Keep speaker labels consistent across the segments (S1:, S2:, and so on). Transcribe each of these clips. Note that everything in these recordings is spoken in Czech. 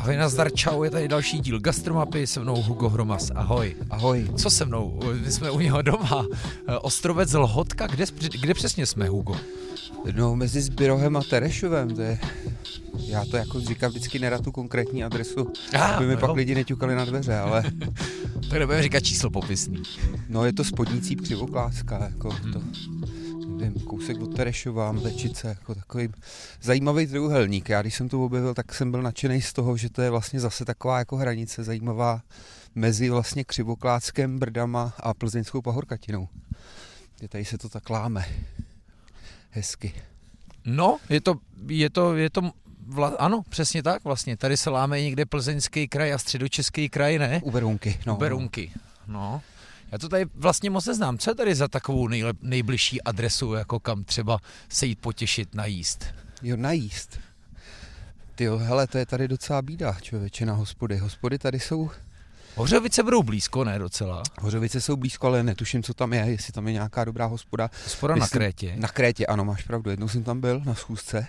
S1: Ahoj, nazdar, čau, je tady další díl Gastromapy, se mnou Hugo Hromas, ahoj.
S2: Ahoj.
S1: Co se mnou? My jsme u něho doma. Ostrovec Lhotka, kde přesně jsme, Hugo?
S2: No, mezi Zbirohem a Terešovem, to je... Já to jako říkám vždycky nerad tu konkrétní adresu, aby mi pak lidi neťukali na dveře, ale...
S1: Tak nebudeme říkat číslo popisný.
S2: No, je to spodnicí Křivoklácka, jako to... Nevím, kousek od Terešova, Mlečice, jako takový zajímavý trojúhelník. Já když jsem to objevil, tak jsem byl nadšený z toho, že to je vlastně zase taková jako hranice zajímavá mezi vlastně Křivokláckem, Brdama a Plzeňskou Pahorkatinou. Tady se to tak láme. Hezky.
S1: No, ano, přesně tak vlastně. Tady se láme někde Plzeňský kraj a Středočeský kraj, ne?
S2: U Berounky.
S1: U Berounky, no. Já to tady vlastně moc neznám. Co je tady za takovou nejbližší adresu, jako kam třeba se jít potěšit, najíst?
S2: Jo, najíst. Tyjo, hele, to je tady docela bída, člověče, na hospody. Hospody tady jsou...
S1: Hořovice budou blízko, ne docela?
S2: Hořovice jsou blízko, ale netuším, co tam je, jestli tam je nějaká dobrá hospoda.
S1: Hospoda na Krétě?
S2: Na Krétě, ano, máš pravdu. Jednou jsem tam byl na schůzce.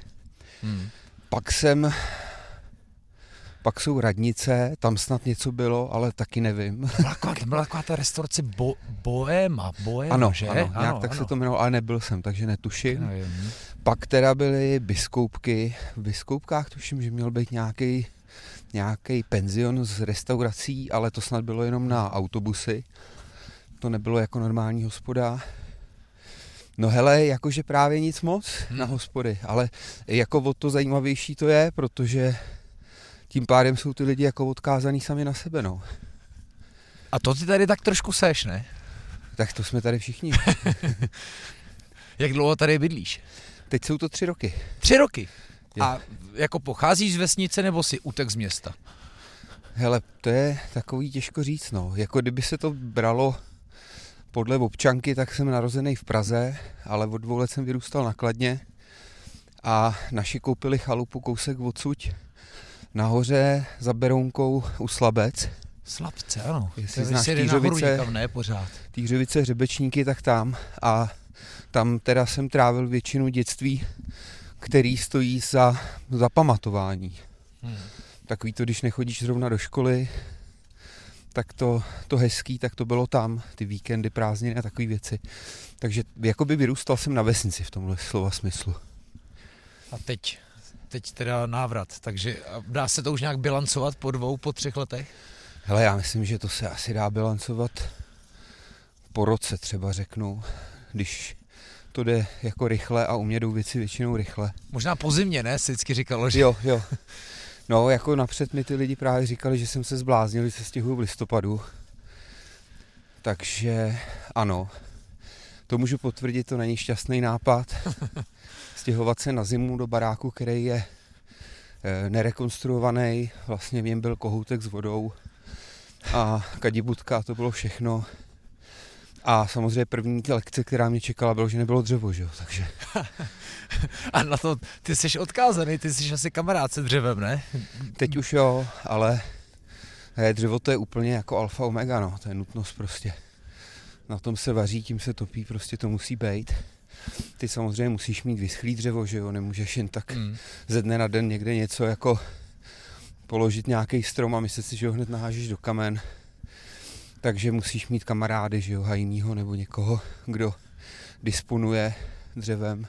S2: Pak jsou Radnice, tam snad něco bylo, ale taky nevím.
S1: Byla taková ta restaurace Bohéma,
S2: ano,
S1: že?
S2: Ano, nějak tak se to jmenovalo, ale nebyl jsem, takže netuším.
S1: Nevím.
S2: Pak teda byly Biskoupky. V Biskoupkách tuším, že měl být nějaký penzion s restaurací, ale to snad bylo jenom na autobusy. To nebylo jako normální hospoda. No hele, jakože právě nic moc na hospody, ale jako o to zajímavější to je, protože tím pádem jsou ty lidi jako odkázaný sami na sebe, no.
S1: A to ty tady tak trošku seš, ne?
S2: Tak to jsme tady všichni.
S1: Jak dlouho tady bydlíš?
S2: Teď jsou to 3 roky.
S1: 3 roky? A jako pocházíš z vesnice nebo si utek z města?
S2: Hele, to je takový těžko říct, no. Jako kdyby se to bralo podle občanky, tak jsem narozený v Praze, ale od 2 let jsem vyrůstal na Kladně a naši koupili chalupu kousek odsud nahoře za Berounkou u Slabec.
S1: Slabce, ano.
S2: Jestli znáš Týřovice,
S1: ne, pořád.
S2: Týřovice, Hřebečníky, tak tam. A tam teda jsem trávil většinu dětství, který stojí za zapamatování. Takový to, když nechodíš zrovna do školy, tak to hezký, tak to bylo tam, ty víkendy, prázdniny a takové věci. Takže jakoby vyrůstal jsem na vesnici v tomhle slova smyslu.
S1: A teď teda návrat, takže dá se to už nějak bilancovat po 3 letech?
S2: Hele, já myslím, že to se asi dá bilancovat po roce, třeba řeknu, když to jde jako rychle a u mě jdou věci většinou rychle.
S1: Možná po zimě, ne? Se vždycky říkalo, že...
S2: Jo. No, jako napřed mi ty lidi právě říkali, že jsem se zbláznil, že se stěhuju v listopadu. Takže ano, to můžu potvrdit, to není šťastný nápad. Stěhovat se na zimu do baráku, který je nerekonstruovaný, vlastně v něm byl kohoutek s vodou a kadibudka, to bylo všechno. A samozřejmě první lekce, která mě čekala, bylo, že nebylo dřevo, že jo, takže...
S1: A na to ty jsi odkázaný, ty jsi asi kamarád se dřevem, ne?
S2: Teď už jo, ale dřevo to je úplně jako alfa omega, no, to je nutnost prostě. Na tom se vaří, tím se topí, prostě to musí být. Ty samozřejmě musíš mít vyschlý dřevo, že jo, nemůžeš jen tak ze dne na den někde něco jako položit nějaký strom a myslet si, že ho hned nahážeš do kamen. Takže musíš mít kamarády, že jo, hajnýho nebo někoho, kdo disponuje dřevem.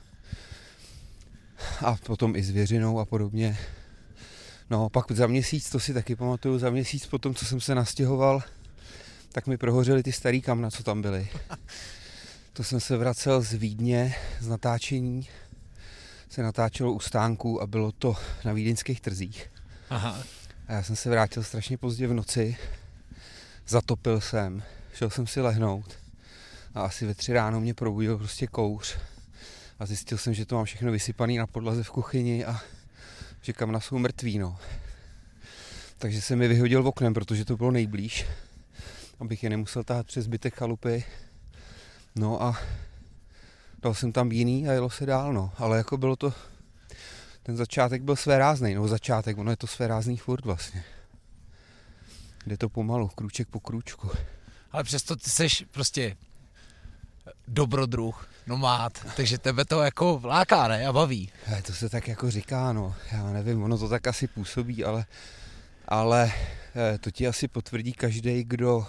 S2: A potom i zvěřinou a podobně. No, pak za měsíc, to si taky pamatuju, za měsíc potom, co jsem se nastěhoval, tak mi prohořely ty starý kamna, co tam byly. To jsem se vracel z Vídně, z natáčení. Se natáčelo u stánků a bylo to na vídeňských trzích.
S1: Aha.
S2: A já jsem se vrátil strašně pozdě v noci. Zatopil jsem, šel jsem si lehnout a asi ve 3 ráno mě probudil prostě kouř. A zjistil jsem, že to mám všechno vysypaný na podlaze v kuchyni a že kamna jsou mrtví, no. Takže jsem je vyhodil oknem, protože to bylo nejblíž, abych je nemusel tahat přes zbytek chalupy. No a dal jsem tam jiný a jelo se dál, no. Ale jako bylo to, ten začátek byl svéráznej, no začátek, ono je to svérázný furt vlastně. Jde to pomalu, krůček po krůčku.
S1: Ale přesto ty seš prostě dobrodruh, nomád, takže tebe to jako vláká, ne? A baví.
S2: To se tak jako říká, no. Já nevím, ono to tak asi působí, ale Ale to ti asi potvrdí každý, kdo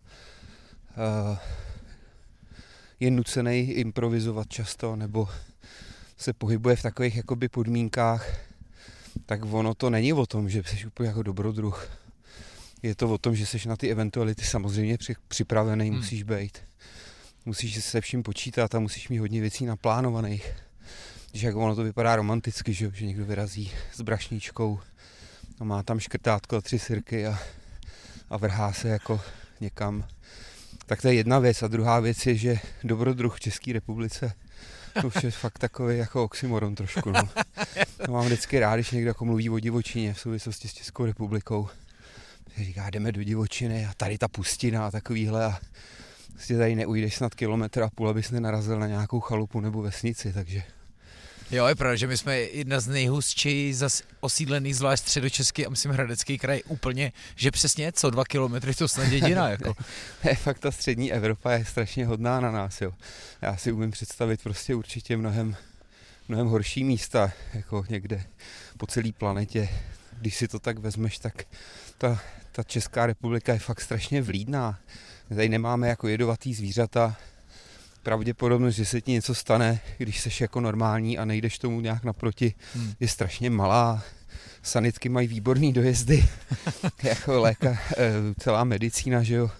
S2: je nucený improvizovat často nebo se pohybuje v takových jakoby podmínkách, tak ono to není o tom, že jsi úplně jako dobrodruh. Je to o tom, že jsi na ty eventuality samozřejmě připravený, musíš být. Musíš se vším počítat a musíš mít hodně věcí naplánovaných. Když jako ono to vypadá romanticky, že někdo vyrazí s brašničkou a má tam škrtátko a 3 sirky a vrhá se jako někam. Tak to je jedna věc. A druhá věc je, že dobrodruh v České republice to už je fakt takový jako oxymoron trošku. No. To mám vždycky rád, když někdo jako mluví o divočině v souvislosti s Českou republikou. Říká, jdeme do divočiny a tady ta pustina a takovýhle a prostě tady neujdeš snad 1,5 kilometru, abys nenarazil na nějakou chalupu nebo vesnici, takže...
S1: Jo, je pravda, že my jsme jedna z nejhustší osídlených, zvlášť středočeský a myslím Hradecký kraj úplně, že přesně co 2 kilometry to snad jediná. Jako.
S2: Ne, fakt ta střední Evropa je strašně hodná na nás, jo. Já si umím představit prostě určitě mnohem horší místa, jako někde po celé planetě. Když si to tak vezmeš, tak ta Česká republika je fakt strašně vlídná. Tady nemáme jako jedovatý zvířata. Pravděpodobnost, že se ti něco stane, když seš jako normální a nejdeš tomu nějak naproti, je strašně malá. Sanitky mají výborný dojezdy, jako celá medicína, že jo,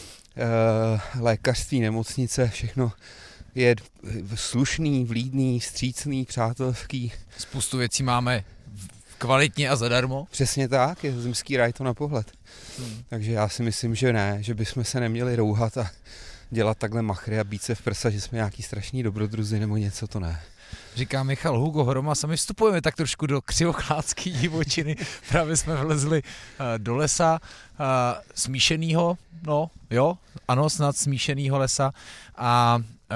S2: lékařství, nemocnice, všechno je slušný, vlídný, vstřícný, přátelský.
S1: Spoustu věcí máme kvalitně a zadarmo.
S2: Přesně tak, je zemský raj to na pohled. Takže já si myslím, že ne, že bychom se neměli rouhat a dělat takhle machry a bít se v prsa, že jsme nějaký strašný dobrodruzi nebo něco, to ne.
S1: Říká Michal Hugo Hroma, sami vstupujeme tak trošku do křivoklátské divočiny. Právě jsme vlezli do lesa smíšenýho, snad smíšenýho lesa a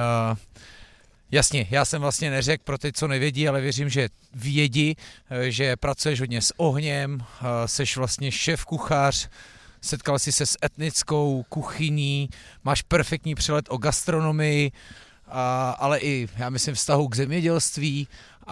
S1: jasně, já jsem vlastně neřekl pro ty, co nevědí, ale věřím, že vědí, že pracuješ hodně s ohněm, seš vlastně šéf kuchař, setkal jsi se s etnickou kuchyní, máš perfektní přehled o gastronomii, ale i, já myslím, vztahu k zemědělství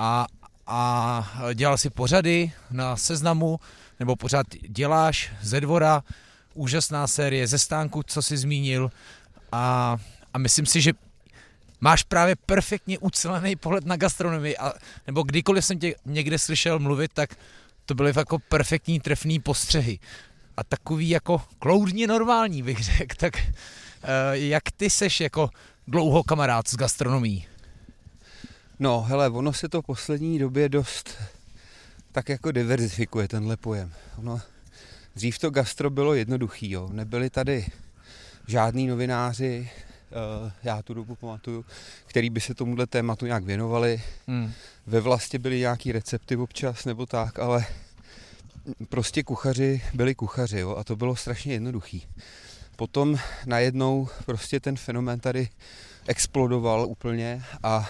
S1: a dělal si pořady na Seznamu, nebo pořád děláš ze Dvora, úžasná série ze Stánku, co jsi zmínil a myslím si, že máš právě perfektně ucelený pohled na gastronomii, nebo kdykoliv jsem tě někde slyšel mluvit, tak to byly jako perfektní trefný postřehy. A takový jako kloudně normální, bych řekl. Tak jak ty seš jako dlouho kamarád s gastronomií?
S2: No, hele, ono se to v poslední době dost tak jako diverzifikuje tenhle pojem. Dřív to gastro bylo jednoduchý, jo. Nebyli tady žádní novináři, já tu dobu pamatuju, který by se tomuhle tématu nějak věnovali. Ve Vlastě byly nějaký recepty občas nebo tak, ale prostě kuchaři byli kuchaři, jo, a to bylo strašně jednoduchý. Potom najednou prostě ten fenomén tady explodoval úplně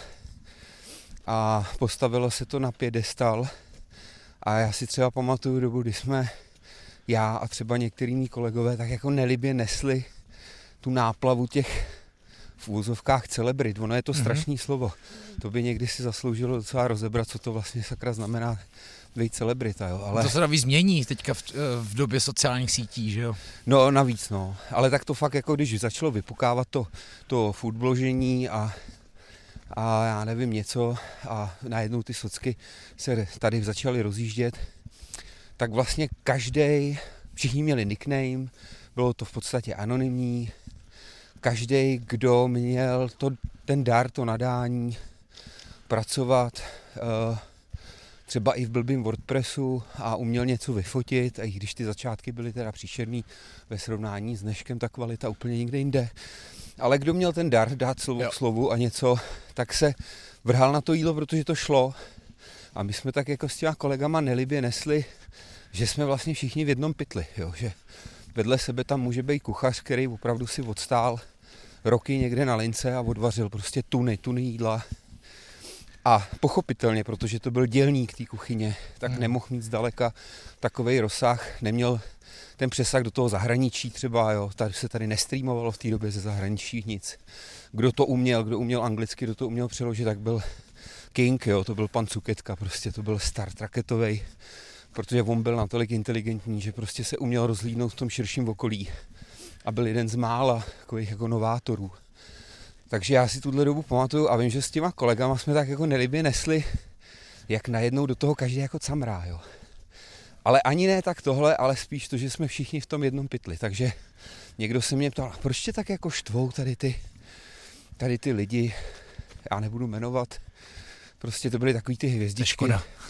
S2: a postavilo se to na piedestal a já si třeba pamatuju dobu, kdy jsme já a třeba některý mý kolegové tak jako nelibě nesli tu náplavu těch v úvozovkách celebrit. Ono je to strašný slovo. To by někdy si zasloužilo docela rozebrat, co to vlastně sakra znamená být celebrita, jo. Ale...
S1: To se navíc změní teďka v době sociálních sítí, že jo?
S2: No navíc, no. Ale tak to fakt jako když začalo vypukávat to foodbložení a já nevím něco a najednou ty socky se tady začaly rozjíždět, tak vlastně všichni měli nickname, bylo to v podstatě anonymní, každý, kdo měl ten dar, to nadání pracovat třeba i v blbým WordPressu a uměl něco vyfotit, a i když ty začátky byly teda příšerný ve srovnání s dneškem, ta kvalita úplně nikde jinde. Ale kdo měl ten dar dát slovo k slovu a něco, tak se vrhal na to jídlo, protože to šlo. A my jsme tak jako s těma kolegama nelibě nesli, že jsme vlastně všichni v jednom pytli, jo? Že vedle sebe tam může být kuchař, který opravdu si odstál roky někde na lince a odvařil prostě tuny jídla. A pochopitelně, protože to byl dělník té kuchyně, tak nemohl mít zdaleka takovej rozsah, neměl ten přesah do toho zahraničí třeba, jo, tady se tady nestreamovalo v té době ze zahraničí nic. Kdo uměl anglicky, kdo to uměl přeložit, tak byl King, jo, to byl pan Cuketka, prostě to byl start raketovej, protože on byl natolik inteligentní, že prostě se uměl rozhlídnout v tom širším okolí a byl jeden z mála takových jako novátorů. Takže já si tuhle dobu pamatuju a vím, že s těma kolegama jsme tak jako nelibě nesli, jak najednou do toho každý jako camrá, jo. Ale ani ne tak tohle, ale spíš to, že jsme všichni v tom jednom pytli. Takže někdo se mě ptal, proč tě tak jako štvou tady ty lidi, já nebudu jmenovat, prostě to byly takový ty hvězdičky.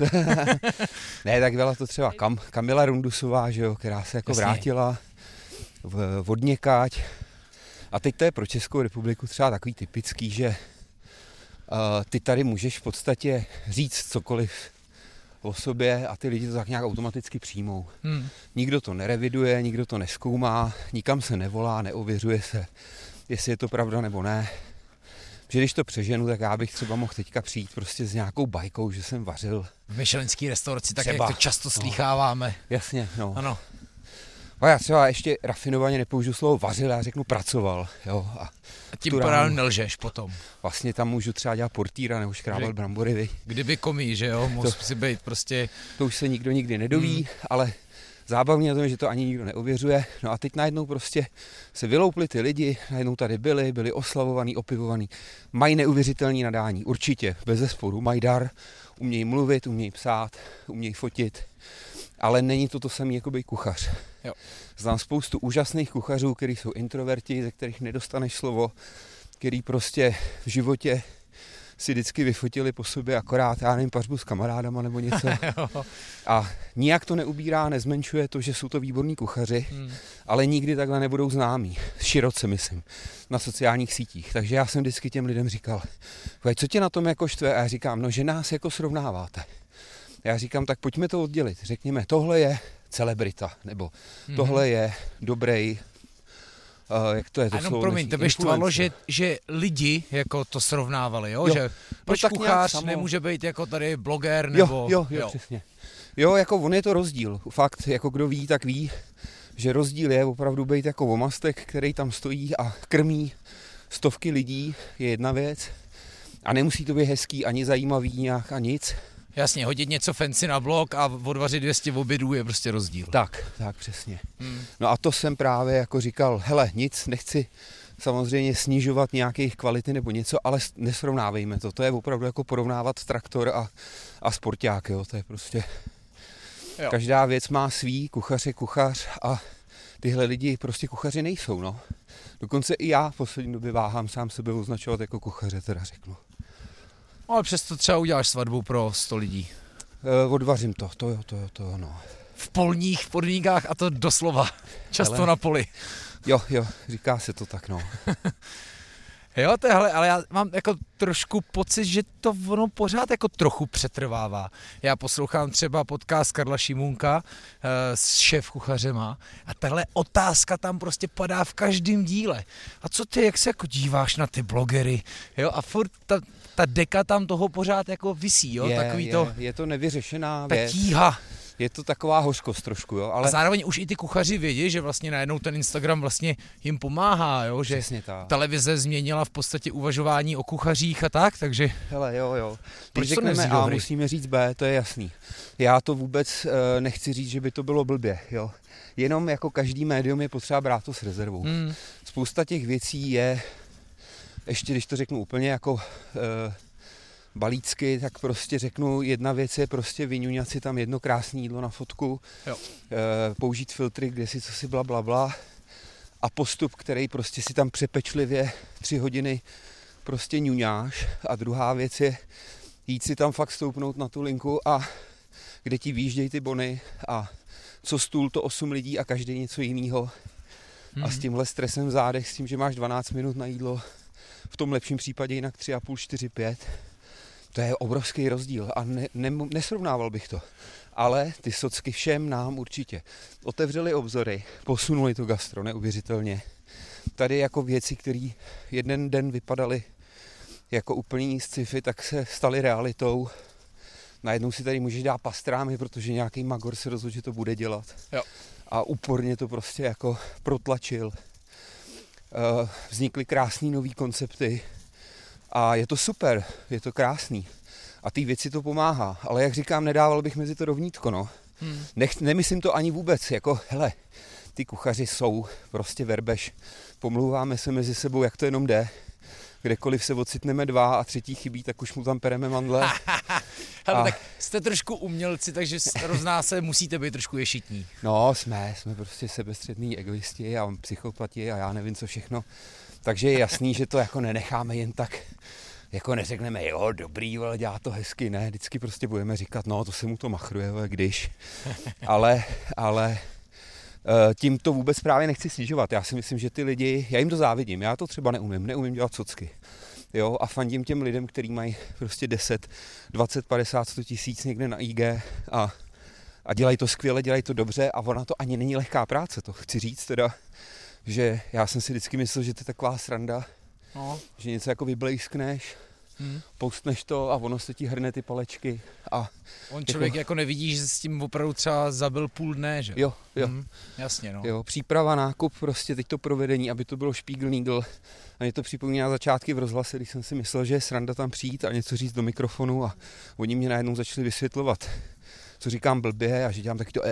S2: Ne, tak byla to třeba Kamila Rundusová, že jo, která se jako vrátila odněkať. A teď to je pro Českou republiku třeba takový typický, že ty tady můžeš v podstatě říct cokoliv o sobě a ty lidi to tak nějak automaticky přijmou. Nikdo to nereviduje, nikdo to nezkoumá, nikam se nevolá, neověřuje se, jestli je to pravda nebo ne. Že když to přeženu, tak já bych třeba mohl teďka přijít prostě s nějakou bajkou, že jsem vařil.
S1: V michelinský restauraci, tak
S2: třeba,
S1: jak to často slýcháváme.
S2: Jasně, no.
S1: Ano.
S2: A já třeba ještě rafinovaně nepoužiju slovo vařil, já řeknu pracoval. Jo, a
S1: tím právě nelžeš potom.
S2: Vlastně tam můžu třeba dělat portýra nebo škrábat brambory. Vy.
S1: Kdyby komí, že jo, mohl si být prostě...
S2: To už se nikdo nikdy nedoví, ale zábavně na tom, že to ani nikdo neověřuje. No a teď najednou prostě se vyloupli ty lidi, najednou tady byli oslavovaný, opivovaný. Mají neuvěřitelný nadání, určitě, bezesporu, mají dar, umějí mluvit, umějí psát, umějí fotit. Ale není to samé jako být kuchař.
S1: Jo.
S2: Znám spoustu úžasných kuchařů, kteří jsou introverti, ze kterých nedostaneš slovo, který prostě v životě si vždycky vyfotili po sobě akorát, já nevím, pařbu s kamarádama nebo něco. A nijak to neubírá, nezmenšuje to, že jsou to výborní kuchaři, ale nikdy takhle nebudou známí. Široce, myslím, na sociálních sítích. Takže já jsem vždycky těm lidem říkal, co tě na tom jako štve? A já říkám, no, že nás jako srovnáváte. Já říkám, tak pojďme to oddělit. Řekněme, tohle je celebrita, nebo tohle je dobrý, jak to je to slovo?
S1: Promiň, tebe štvalo, že lidi jako to srovnávali, jo? Že proč kuchař nemůže být jako tady bloger, nebo...
S2: Jo, přesně. Jo, jako on je to rozdíl. Fakt, jako kdo ví, tak ví, že rozdíl je opravdu být jako vomastek, který tam stojí a krmí stovky lidí, je jedna věc. A nemusí to být hezký, ani zajímavý nějak a nic.
S1: Jasně, hodit něco fancy na blog a odvařit 200 obědů je prostě rozdíl.
S2: Tak, přesně. No a to jsem právě jako říkal, hele, nic, nechci samozřejmě snižovat nějakých kvality nebo něco, ale nesrovnávejme to. To je opravdu jako porovnávat traktor a sporták, jo, to je prostě... Jo. Každá věc má svý, kuchař je kuchař a tyhle lidi prostě kuchaři nejsou, no. Dokonce i já v poslední době váhám sám sebe označovat jako kuchaře, teda řeknu.
S1: Ale přesto třeba uděláš svatbu pro 100 lidí.
S2: Odvařím to, no.
S1: V polních podmínkách a to doslova. Často na poli.
S2: Jo, říká se to tak, no.
S1: Jo, ale já mám jako trošku pocit, že to ono pořád jako trochu přetrvává. Já poslouchám třeba podcast Karla Šimůnka s šéfkuchařema a tahle otázka tam prostě padá v každém díle. A co ty, jak se jako díváš na ty blogery? Jo, a furt ta deka tam toho pořád jako visí, jo?
S2: Je to nevyřešená věc.
S1: Tíha.
S2: Je to taková hořkost trošku, jo. Ale...
S1: A zároveň už i ty kuchaři vědí, že vlastně najednou ten Instagram vlastně jim pomáhá, jo, že televize změnila v podstatě uvažování o kuchařích a tak, takže...
S2: Hele, jo. Když řekneme A, musíme říct B, to je jasný. Já to vůbec nechci říct, že by to bylo blbě, jo. Jenom jako každý médium je potřeba brát to s rezervou. Spousta těch věcí je, ještě když to řeknu úplně jako... balícky, tak prostě řeknu, jedna věc je prostě vyňuňat si tam jedno krásné jídlo na fotku, použít filtry, kde si co si blablabla a postup, který prostě si tam přepečlivě 3 hodiny prostě ňuňáš a druhá věc je jít si tam fakt stoupnout na tu linku a kde ti výjíždějí ty bony a co stůl to 8 lidí a každý něco jinýho a s tímhle stresem v zádech, s tím, že máš 12 minut na jídlo, v tom lepším případě jinak 3,5, 4, 5. To je obrovský rozdíl a nesrovnával bych to. Ale ty socky všem nám určitě otevřely obzory, posunuli to gastro neuvěřitelně. Tady jako věci, které jeden den vypadaly jako úplný sci-fi, tak se staly realitou. Najednou si tady můžeš dát pastrámy, protože nějaký magor se rozhodl, že to bude dělat.
S1: Jo.
S2: A úporně to prostě jako protlačil. Vznikly krásný nový koncepty. A je to super, je to krásný. A ty věci to pomáhá. Ale jak říkám, nedával bych mezi to rovnítko, no. Nemyslím to ani vůbec, jako hele, ty kuchaři jsou prostě verbež, pomlouváme se mezi sebou, jak to jenom jde. Kdekoliv se ocitneme dva a třetí chybí, tak už mu tam pereme mandle.
S1: Hele, tak jste trošku umělci, takže rovná se musíte být trošku ješitní.
S2: No, jsme prostě sebestřední egoisti a psychopati a já nevím co všechno. Takže je jasný, že to jako nenecháme jen tak, jako neřekneme, jo, dobrý, ale dělá to hezky, ne, vždycky prostě budeme říkat, no, to se mu to machruje, když. Ale tím to vůbec právě nechci snižovat. Já si myslím, že ty lidi, já jim to závidím, já to třeba neumím dělat socky. Jo, a fandím těm lidem, kteří mají prostě 10, 20, 50, 100 tisíc někde na IG a dělají to skvěle, dělají to dobře a ona to ani není lehká práce, to chci říct teda, že já jsem si vždycky myslel, že to je taková sranda, že něco jako vyblejskneš, postneš to a ono se ti hrne ty palečky. A
S1: on člověk jako nevidí, že s tím opravdu třeba zabil půl dne, že?
S2: Jo.
S1: Jasně, no.
S2: Jo, příprava, nákup, prostě teď to provedení, aby to bylo špíglnídl. A mě to připomíná začátky v rozhlase, když jsem si myslel, že je sranda tam přijít a něco říct do mikrofonu a oni mě najednou začali vysvětlovat, co říkám blbě a že dělám taky to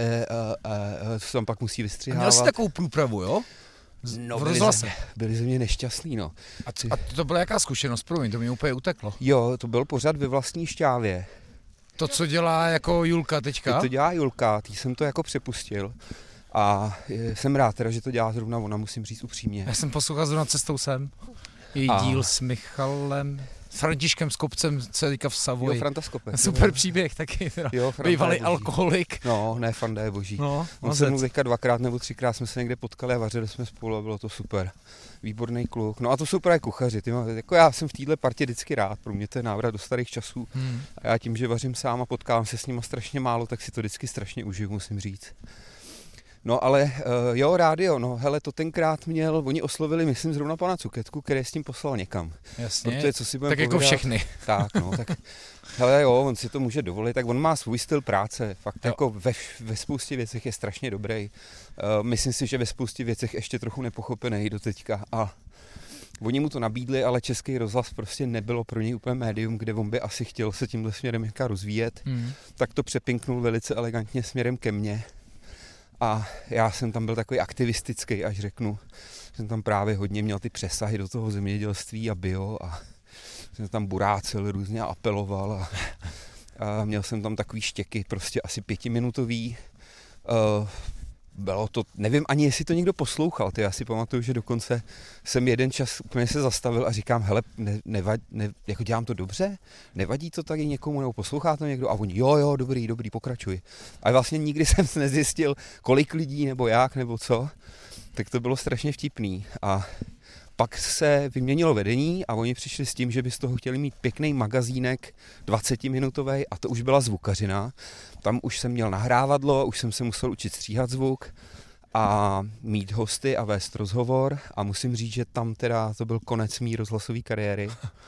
S2: co tam pak musí vystřihávat.
S1: Měl jsi takovou průpravu, jo?
S2: No, byli ze mě nešťastný, no.
S1: A to byla jaká zkušenost? Promiň, to mi úplně uteklo.
S2: Jo, to byl pořad Ve vlastní šťávě.
S1: To, co dělá jako Julka teďka?
S2: To dělá Julka, tý jsem to jako přepustil. A jsem rád teda, že to dělá zrovna ona, musím říct upřímně.
S1: Já jsem poslouchal zrovna Cestou sem. Její díl s Michalem, s Františkem Skopcem, co je teďka v Savoji.
S2: Jo, Franta Skopec.
S1: Super příběh taky. Bývalý alkoholik.
S2: No, ne, Franta je boží.
S1: No,
S2: on se mnou teďka 2krát nebo 3krát jsme se někde potkali a vařili jsme spolu a bylo to super. Výborný kluk. No a to jsou právě kuchaři. Jako já jsem v téhle partě vždycky rád. Pro mě to je návrat do starých časů. A já tím, že vařím sám a potkávám se s nima strašně málo, tak si to vždycky strašně užiju, musím říct. No ale jo, rádio, no hele, to tenkrát oni oslovili, myslím, zrovna pana Cuketku, který s tím poslal někam.
S1: Jasně,
S2: protože, co si budeme
S1: tak jako
S2: povídat,
S1: všechny.
S2: Tak, no, tak hele jo, on si to může dovolit, tak on má svůj styl práce, fakt jo. Jako ve spoustě věcech je strašně dobrý. Myslím si, že ve spoustě věcech ještě trochu nepochopený do teďka a oni mu to nabídli, ale Český rozhlas prostě nebylo pro něj úplně médium, kde on by asi chtěl se tímhle směrem nějaká rozvíjet, tak to přepinknul velice elegantně směrem ke mně. A já jsem tam byl takový aktivistický, až řeknu. Jsem tam právě hodně měl ty přesahy do toho zemědělství a bio a jsem tam burácel různě a apeloval a měl jsem tam takový štěky, prostě asi 5minutový. Bylo to, nevím ani jestli to někdo poslouchal, já si pamatuju, že dokonce jsem jeden čas úplně se zastavil a říkám, hele, jako dělám to dobře? Nevadí to tady někomu, nebo poslouchá to někdo? A oni, jo, dobrý, pokračuj. A vlastně nikdy jsem nezjistil, kolik lidí, nebo jak, nebo co. Tak to bylo strašně vtipný. A pak se vyměnilo vedení a oni přišli s tím, že by z toho chtěli mít pěkný magazínek 20minutový a to už byla zvukařina. Tam už jsem měl nahrávadlo, už jsem se musel učit stříhat zvuk a mít hosty a vést rozhovor a musím říct, že tam teda to byl konec mý rozhlasové kariéry,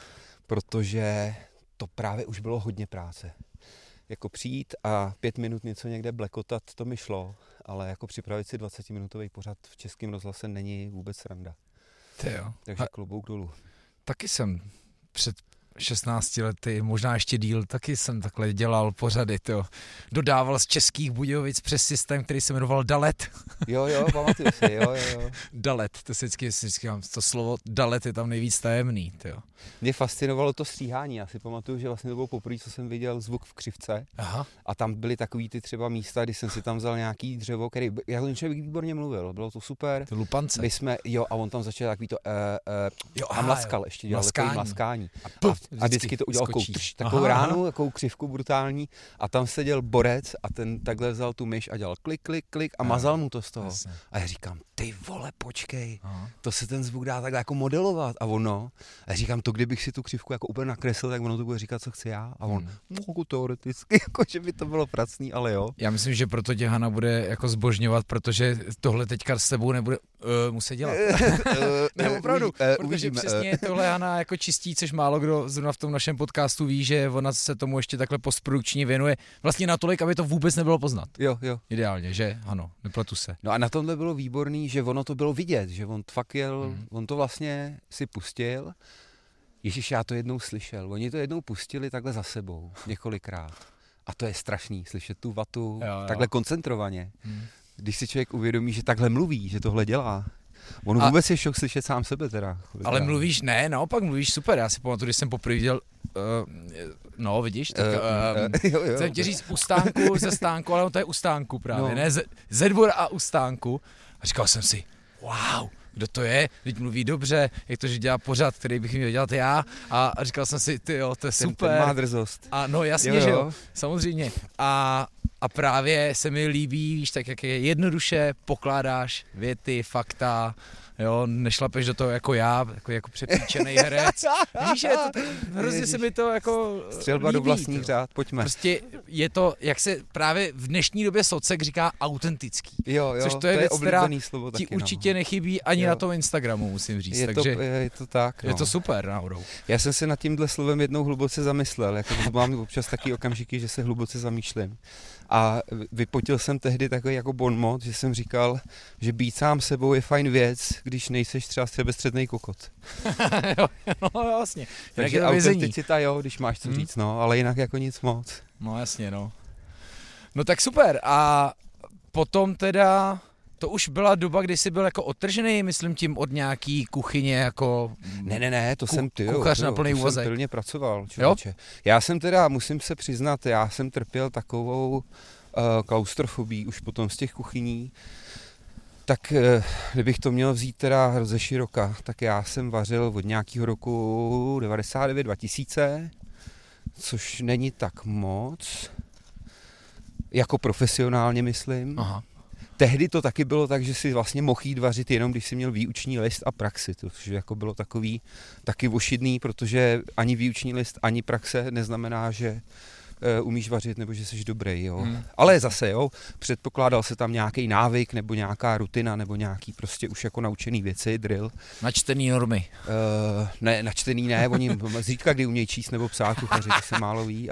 S2: protože to právě už bylo hodně práce. Jako přijít a 5 minut něco někde blekotat, to mi šlo, ale jako připravit si 20minutový pořad v Českém rozhlase není vůbec sranda. Takže klobouk dolů.
S1: Taky jsem před 16 lety, možná ještě díl, taky jsem takhle dělal pořady, dodával z Českých Budějovic přes systém, který se jmenoval Dalet.
S2: Jo, pamatuju si, jo.
S1: Dalet, to si vždycky mám, to slovo Dalet je tam nejvíc tajemný,
S2: Mě fascinovalo to stříhání, já si pamatuju, že vlastně to bylo poprvé, co jsem viděl zvuk v křivce.
S1: Aha.
S2: A tam byly takový ty třeba místa, kdy jsem si tam vzal nějaký dřevo, já ten člověk výborně mluvil, bylo to super.
S1: To lupance.
S2: A on tam začal takový to a mlaskal, ještě dělal takový mlaskání. A vždycky to udělal takovou ránu, takovou křivku brutální a tam seděl borec a ten takhle vzal tu myš a dělal klik a mazal mu to z toho. Jasně. A já říkám, ty vole, počkej, to se ten zvuk dá takhle jako modelovat a ono. A já říkám, to kdybych si tu křivku jako úplně nakreslil, tak ono to bude říkat, co chci já. A on, mohu teoreticky, jako že by to bylo pracný, ale jo.
S1: Já myslím, že proto tě Hana bude jako zbožňovat, protože tohle teďka s tebou nebude muset dělat. Ne, opravdu, protože přesně tohle Hana jako čistí, což málo kdo zrovna v tom našem podcastu ví, že ona se tomu ještě takhle postprodukčně věnuje vlastně natolik, aby to vůbec nebylo poznat.
S2: Jo.
S1: Ideálně, že? Ano, nepletu se.
S2: No a na tomhle bylo výborný, že ono to bylo vidět, že on fakt jel, on to vlastně si pustil. Ježiš, já to jednou slyšel. Oni to jednou pustili takhle za sebou, několikrát. A to je strašný, slyšet tu vatu
S1: jo.
S2: takhle koncentrovaně. Když si člověk uvědomí, že takhle mluví, že tohle dělá. On vůbec je šok slyšet sám sebe teda.
S1: Ale mluvíš, naopak mluvíš super. Já si pamatuju, když jsem poprvé viděl, no vidíš, tak chcem ti říct u stánku, ze stánku, ale to je u stánku právě, ne? Ze dvora a u stánku. A říkal jsem si, wow, kdo to je? Teď mluví dobře, jak to, že dělá pořad, který bych měl dělat já. A říkal jsem si, tyjo, to je super.
S2: Ten má drzost.
S1: A no jasně, že jo, samozřejmě. A právě se mi líbí, víš, tak jak je jednoduše pokládáš věty, fakta, jo, nešlapeš do toho jako já, jako přepíčený herec. Víš, je to, hrozně se mi to jako
S2: střelba
S1: líbí,
S2: do vlastních řád, pojďme.
S1: Prostě je to, jak se právě v dnešní době socek říká autentický.
S2: Jo,
S1: což to je věc, která
S2: slovo
S1: ti
S2: taky,
S1: určitě nechybí ani na tom Instagramu, musím říct.
S2: Je to tak.
S1: Je to super náhodou.
S2: Já jsem se nad tímhle slovem jednou hluboce zamyslel, jako mám občas taky okamžiky, že se hluboce zamýšlím. A vypotil jsem tehdy takový jako bonmot, že jsem říkal, že být sám sebou je fajn věc, když nejseš třeba sebestřednej kokot.
S1: No vlastně.
S2: Takže autenticita jo, když máš co říct, no, ale jinak jako nic moc.
S1: No jasně, no. No tak super. A potom teda, to už byla doba, kdy jsi byl jako odtržený, myslím tím od nějaký kuchyně jako...
S2: Ne, to jsem
S1: kuchař na plný úvazek.
S2: Jsem pilně pracoval, člověče. Já jsem teda, musím se přiznat, já jsem trpěl takovou klaustrofobii už potom z těch kuchyní. Tak kdybych to měl vzít teda ze široka, tak já jsem vařil od nějakého roku 99-2000, což není tak moc, jako profesionálně myslím.
S1: Aha.
S2: Tehdy to taky bylo tak, že si vlastně mohl jít vařit jenom, když si měl výuční list a praxi, což jako bylo takový taky ošidný, protože ani výuční list, ani praxe neznamená, že umíš vařit nebo že jsi dobrý, jo. Ale zase, jo, předpokládal se tam nějaký návyk nebo nějaká rutina nebo nějaký prostě už jako naučený věci, drill.
S1: Načtený normy.
S2: Ne, načtený ne, oni zřídka kdy umějí číst nebo psát, kuchaři, to se málo ví,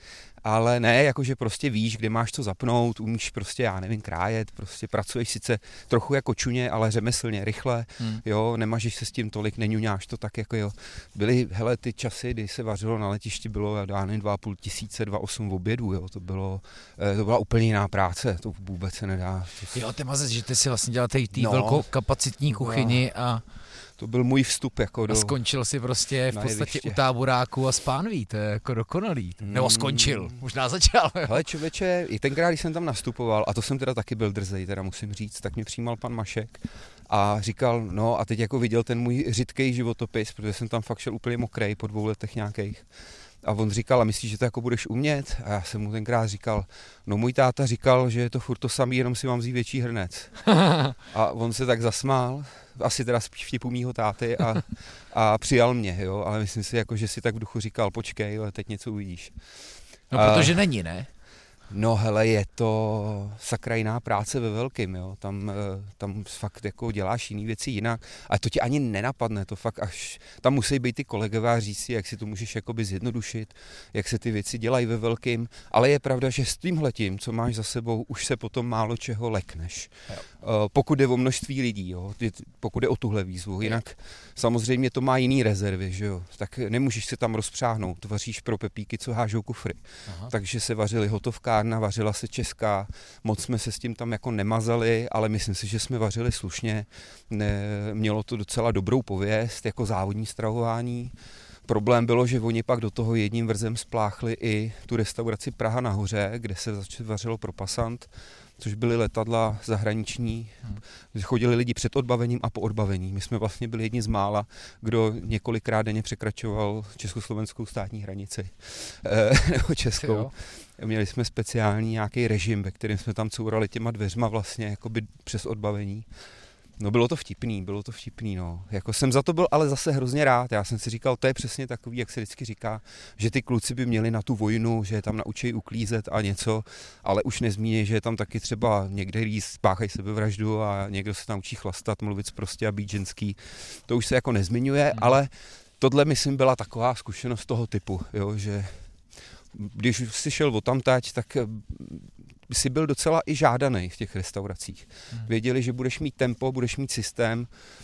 S2: ale ne, jakože prostě víš, kde máš to zapnout, umíš prostě, já nevím, krájet, prostě pracuješ sice trochu jako čuně, ale řemeslně, rychle, jo, nemažeš se s tím tolik, neňuňáš to tak jako jo. Byly, hele, ty časy, kdy se vařilo na letišti, bylo, já nevím, 2500, 2,8 v obědu, jo, to byla úplně jiná práce, to vůbec se nedá.
S1: Jo, ty mazec, že ty si vlastně dělal té velkou kapacitní kuchyni a...
S2: To byl můj vstup jako do...
S1: A skončil si prostě v podstatě u táboráku a z pánví, to je jako dokonalý. Nebo skončil, možná začal.
S2: Hele člověče, i tenkrát, když jsem tam nastupoval, a to jsem teda taky byl drzej, teda musím říct, tak mě přijímal pan Mašek a říkal, no a teď jako viděl ten můj řidkej životopis, protože jsem tam fakt šel úplně mokrej po 2 letech nějakých. A on říkal, a myslíš, že to jako budeš umět? A já jsem mu tenkrát říkal, no můj táta říkal, že je to furt to samý, jenom si mám vzít větší hrnec. A on se tak zasmál, asi teda spíš vtipu mýho táty a přijal mě, jo, ale myslím si, jako, že si tak v duchu říkal, počkej, jo, teď něco uvidíš.
S1: No protože není, ne?
S2: No hele, je to sakra jiná práce ve velkým, jo. Tam fakt jako děláš jiný věci jinak, ale to ti ani nenapadne, to fakt až, tam musí být ty kolegové a říct si, jak si to můžeš jakoby zjednodušit, jak se ty věci dělají ve velkým, ale je pravda, že s tímhletím, co máš za sebou, už se potom málo čeho lekneš. Pokud jde o množství lidí, jo, pokud jde o tuhle výzvu, jinak samozřejmě to má jiný rezervy, že jo, tak nemůžeš se tam rozpřáhnout, vaříš pro pepíky, co hážou kufry. Aha. Takže se vařili hotovkárna, vařila se česká, moc jsme se s tím tam jako nemazali, ale myslím si, že jsme vařili slušně, mělo to docela dobrou pověst, jako závodní stravování. Problém bylo, že oni pak do toho jedním vrzem spláchli i tu restauraci Praha nahoře, kde se vařilo pro pasant, což byly letadla zahraniční, chodili lidi před odbavením a po odbavení. My jsme vlastně byli jedni z mála, kdo několikrát denně překračoval československou státní hranici, nebo českou. Měli jsme speciální nějaký režim, ve kterém jsme tam courali těma dveřma vlastně jakoby přes odbavení. No bylo to vtipný, no. Jako jsem za to byl ale zase hrozně rád. Já jsem si říkal, to je přesně takový, jak se vždycky říká, že ty kluci by měli na tu vojnu, že je tam naučí uklízet a něco, ale už nezmíní, že je tam taky třeba některý spáchají sebevraždu a někdo se naučí chlastat, mluvit prostě a být ženský. To už se jako nezmiňuje, ale tohle myslím byla taková zkušenost toho typu, jo, že když jsi šel odtamtať, tak jsi byl docela i žádaný v těch restauracích. Věděli, že budeš mít tempo, budeš mít systém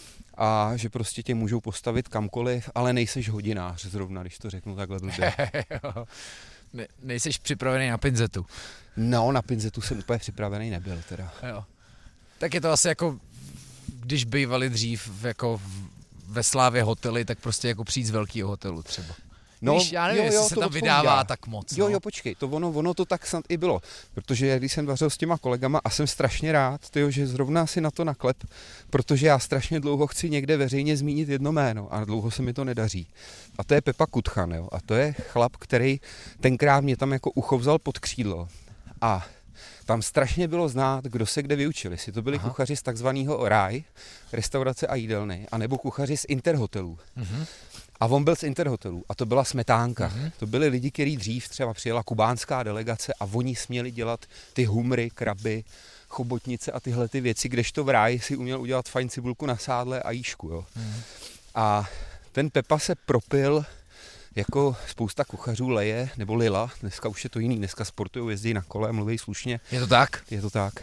S2: a že prostě tě můžou postavit kamkoliv, ale nejseš hodinář zrovna, když to řeknu takhle blbě.
S1: Nejseš připravený na pinzetu.
S2: No, na pinzetu jsem úplně připravený nebyl teda.
S1: Jo. Tak je to asi jako, když bývali dřív jako ve Slávě hotely, tak prostě jako přijít z velkého hotelu třeba.
S2: No,
S1: Víš, já nevím, jestli se tam vydává tak moc.
S2: Jo, počkej, ono to tak snad i bylo. Protože když jsem vařil s těma kolegama a jsem strašně rád, že zrovna si na to naklep, protože já strašně dlouho chci někde veřejně zmínit jedno jméno a dlouho se mi to nedaří. A to je Pepa Kutchan, jo. A to je chlap, který tenkrát mě tam jako ucho vzal pod křídlo. A tam strašně bylo znát, kdo se kde vyučil. Jestli to byli kuchaři z takzvaného Ráj, restaurace a jídelny, anebo kuchaři z Interhotelů. A on byl z Interhotelů a to byla smetánka. To byli lidi, kteří dřív třeba přijela kubánská delegace a oni směli dělat ty humry, kraby, chobotnice a tyhle ty věci, kdežto v Ráji si uměl udělat fajn cibulku na sádle a jíšku. Jo. A ten Pepa se propil jako spousta kuchařů leje, nebo lila, dneska už je to jiný, dneska sportují, jezdí na kole, mluví slušně.
S1: Je to tak?
S2: Je to tak.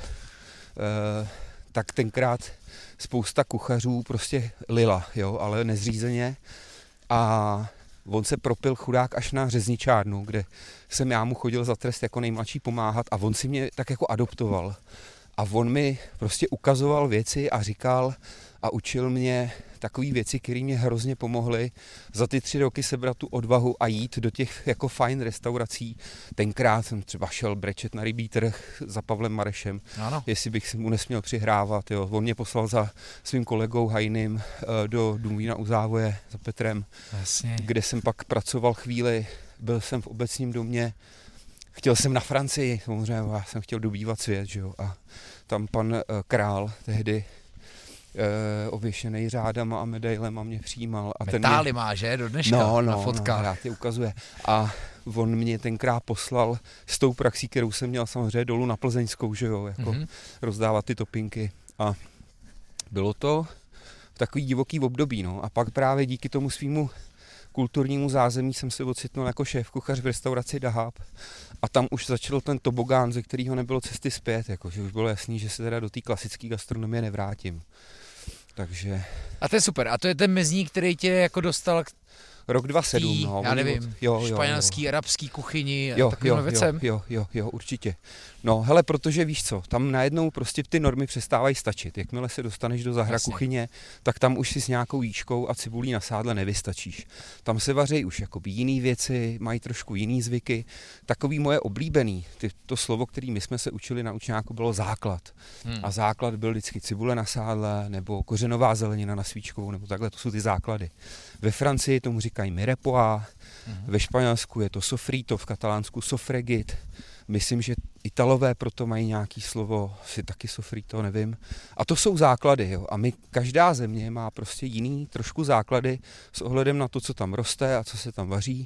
S2: Tak tenkrát spousta kuchařů prostě lila, jo, ale nezřízeně. A on se propil chudák až na řezničárnu, kde jsem já mu chodil za trest jako nejmladší pomáhat a on si mě tak jako adoptoval. A on mi prostě ukazoval věci a říkal a učil mě takové věci, které mě hrozně pomohly za ty 3 roky sebrat tu odvahu a jít do těch jako fajn restaurací. Tenkrát jsem třeba šel brečet na Rybí trh za Pavlem Marešem, jestli bych si mu nesměl přihrávat. Jo. On mě poslal za svým kolegou Hajným do Dům vína u Závoje za Petrem, kde jsem pak pracoval chvíli, byl jsem v obecním domě. Chtěl jsem na Francii, samozřejmě, já jsem chtěl dobývat svět, že jo, a tam pan král tehdy ověšený řádama a medailema mě přijímal. A
S1: metály má, že? Do dneška na fotkách.
S2: No, rád je ukazuje. A on mě tenkrát poslal s tou praxí, kterou jsem měl samozřejmě dolů na Plzeňskou, že jo, jako rozdávat ty topinky. A bylo to takový divoký období, no. A pak právě díky tomu svýmu kulturnímu zázemí jsem se ocitnul jako šéfkuchař v restauraci Dahab a tam už začal ten tobogán, ze kterého nebylo cesty zpět, jakože už bylo jasný, že se teda do té klasické gastronomie nevrátím. Takže...
S1: A to je super. A to je ten mezník, který tě jako dostal
S2: rok 2007, no.
S1: Já nevím, španělský, arabský kuchyni a takovým věcem.
S2: Jo, určitě. No, hele, protože víš co, tam najednou prostě ty normy přestávají stačit. Jakmile se dostaneš do zahra kuchyně, tak tam už si s nějakou jíčkou a cibulí na sádle nevystačíš. Tam se vaří už jakoby jiný věci, mají trošku jiný zvyky. Takový moje oblíbený, to slovo, který my jsme se učili na učňáku, bylo základ. A základ byl vždycky cibule na sádle, nebo kořenová zelenina na svíčkovou, nebo takhle, to jsou ty základy. Ve Francii tomu říkají mirepoix, ve Španělsku je to sofrito, v Katalánsku sofregit. Myslím, že Italové proto mají nějaký slovo, si taky sofrito, nevím. A to jsou základy, jo. A každá země má prostě jiný trošku základy s ohledem na to, co tam roste a co se tam vaří.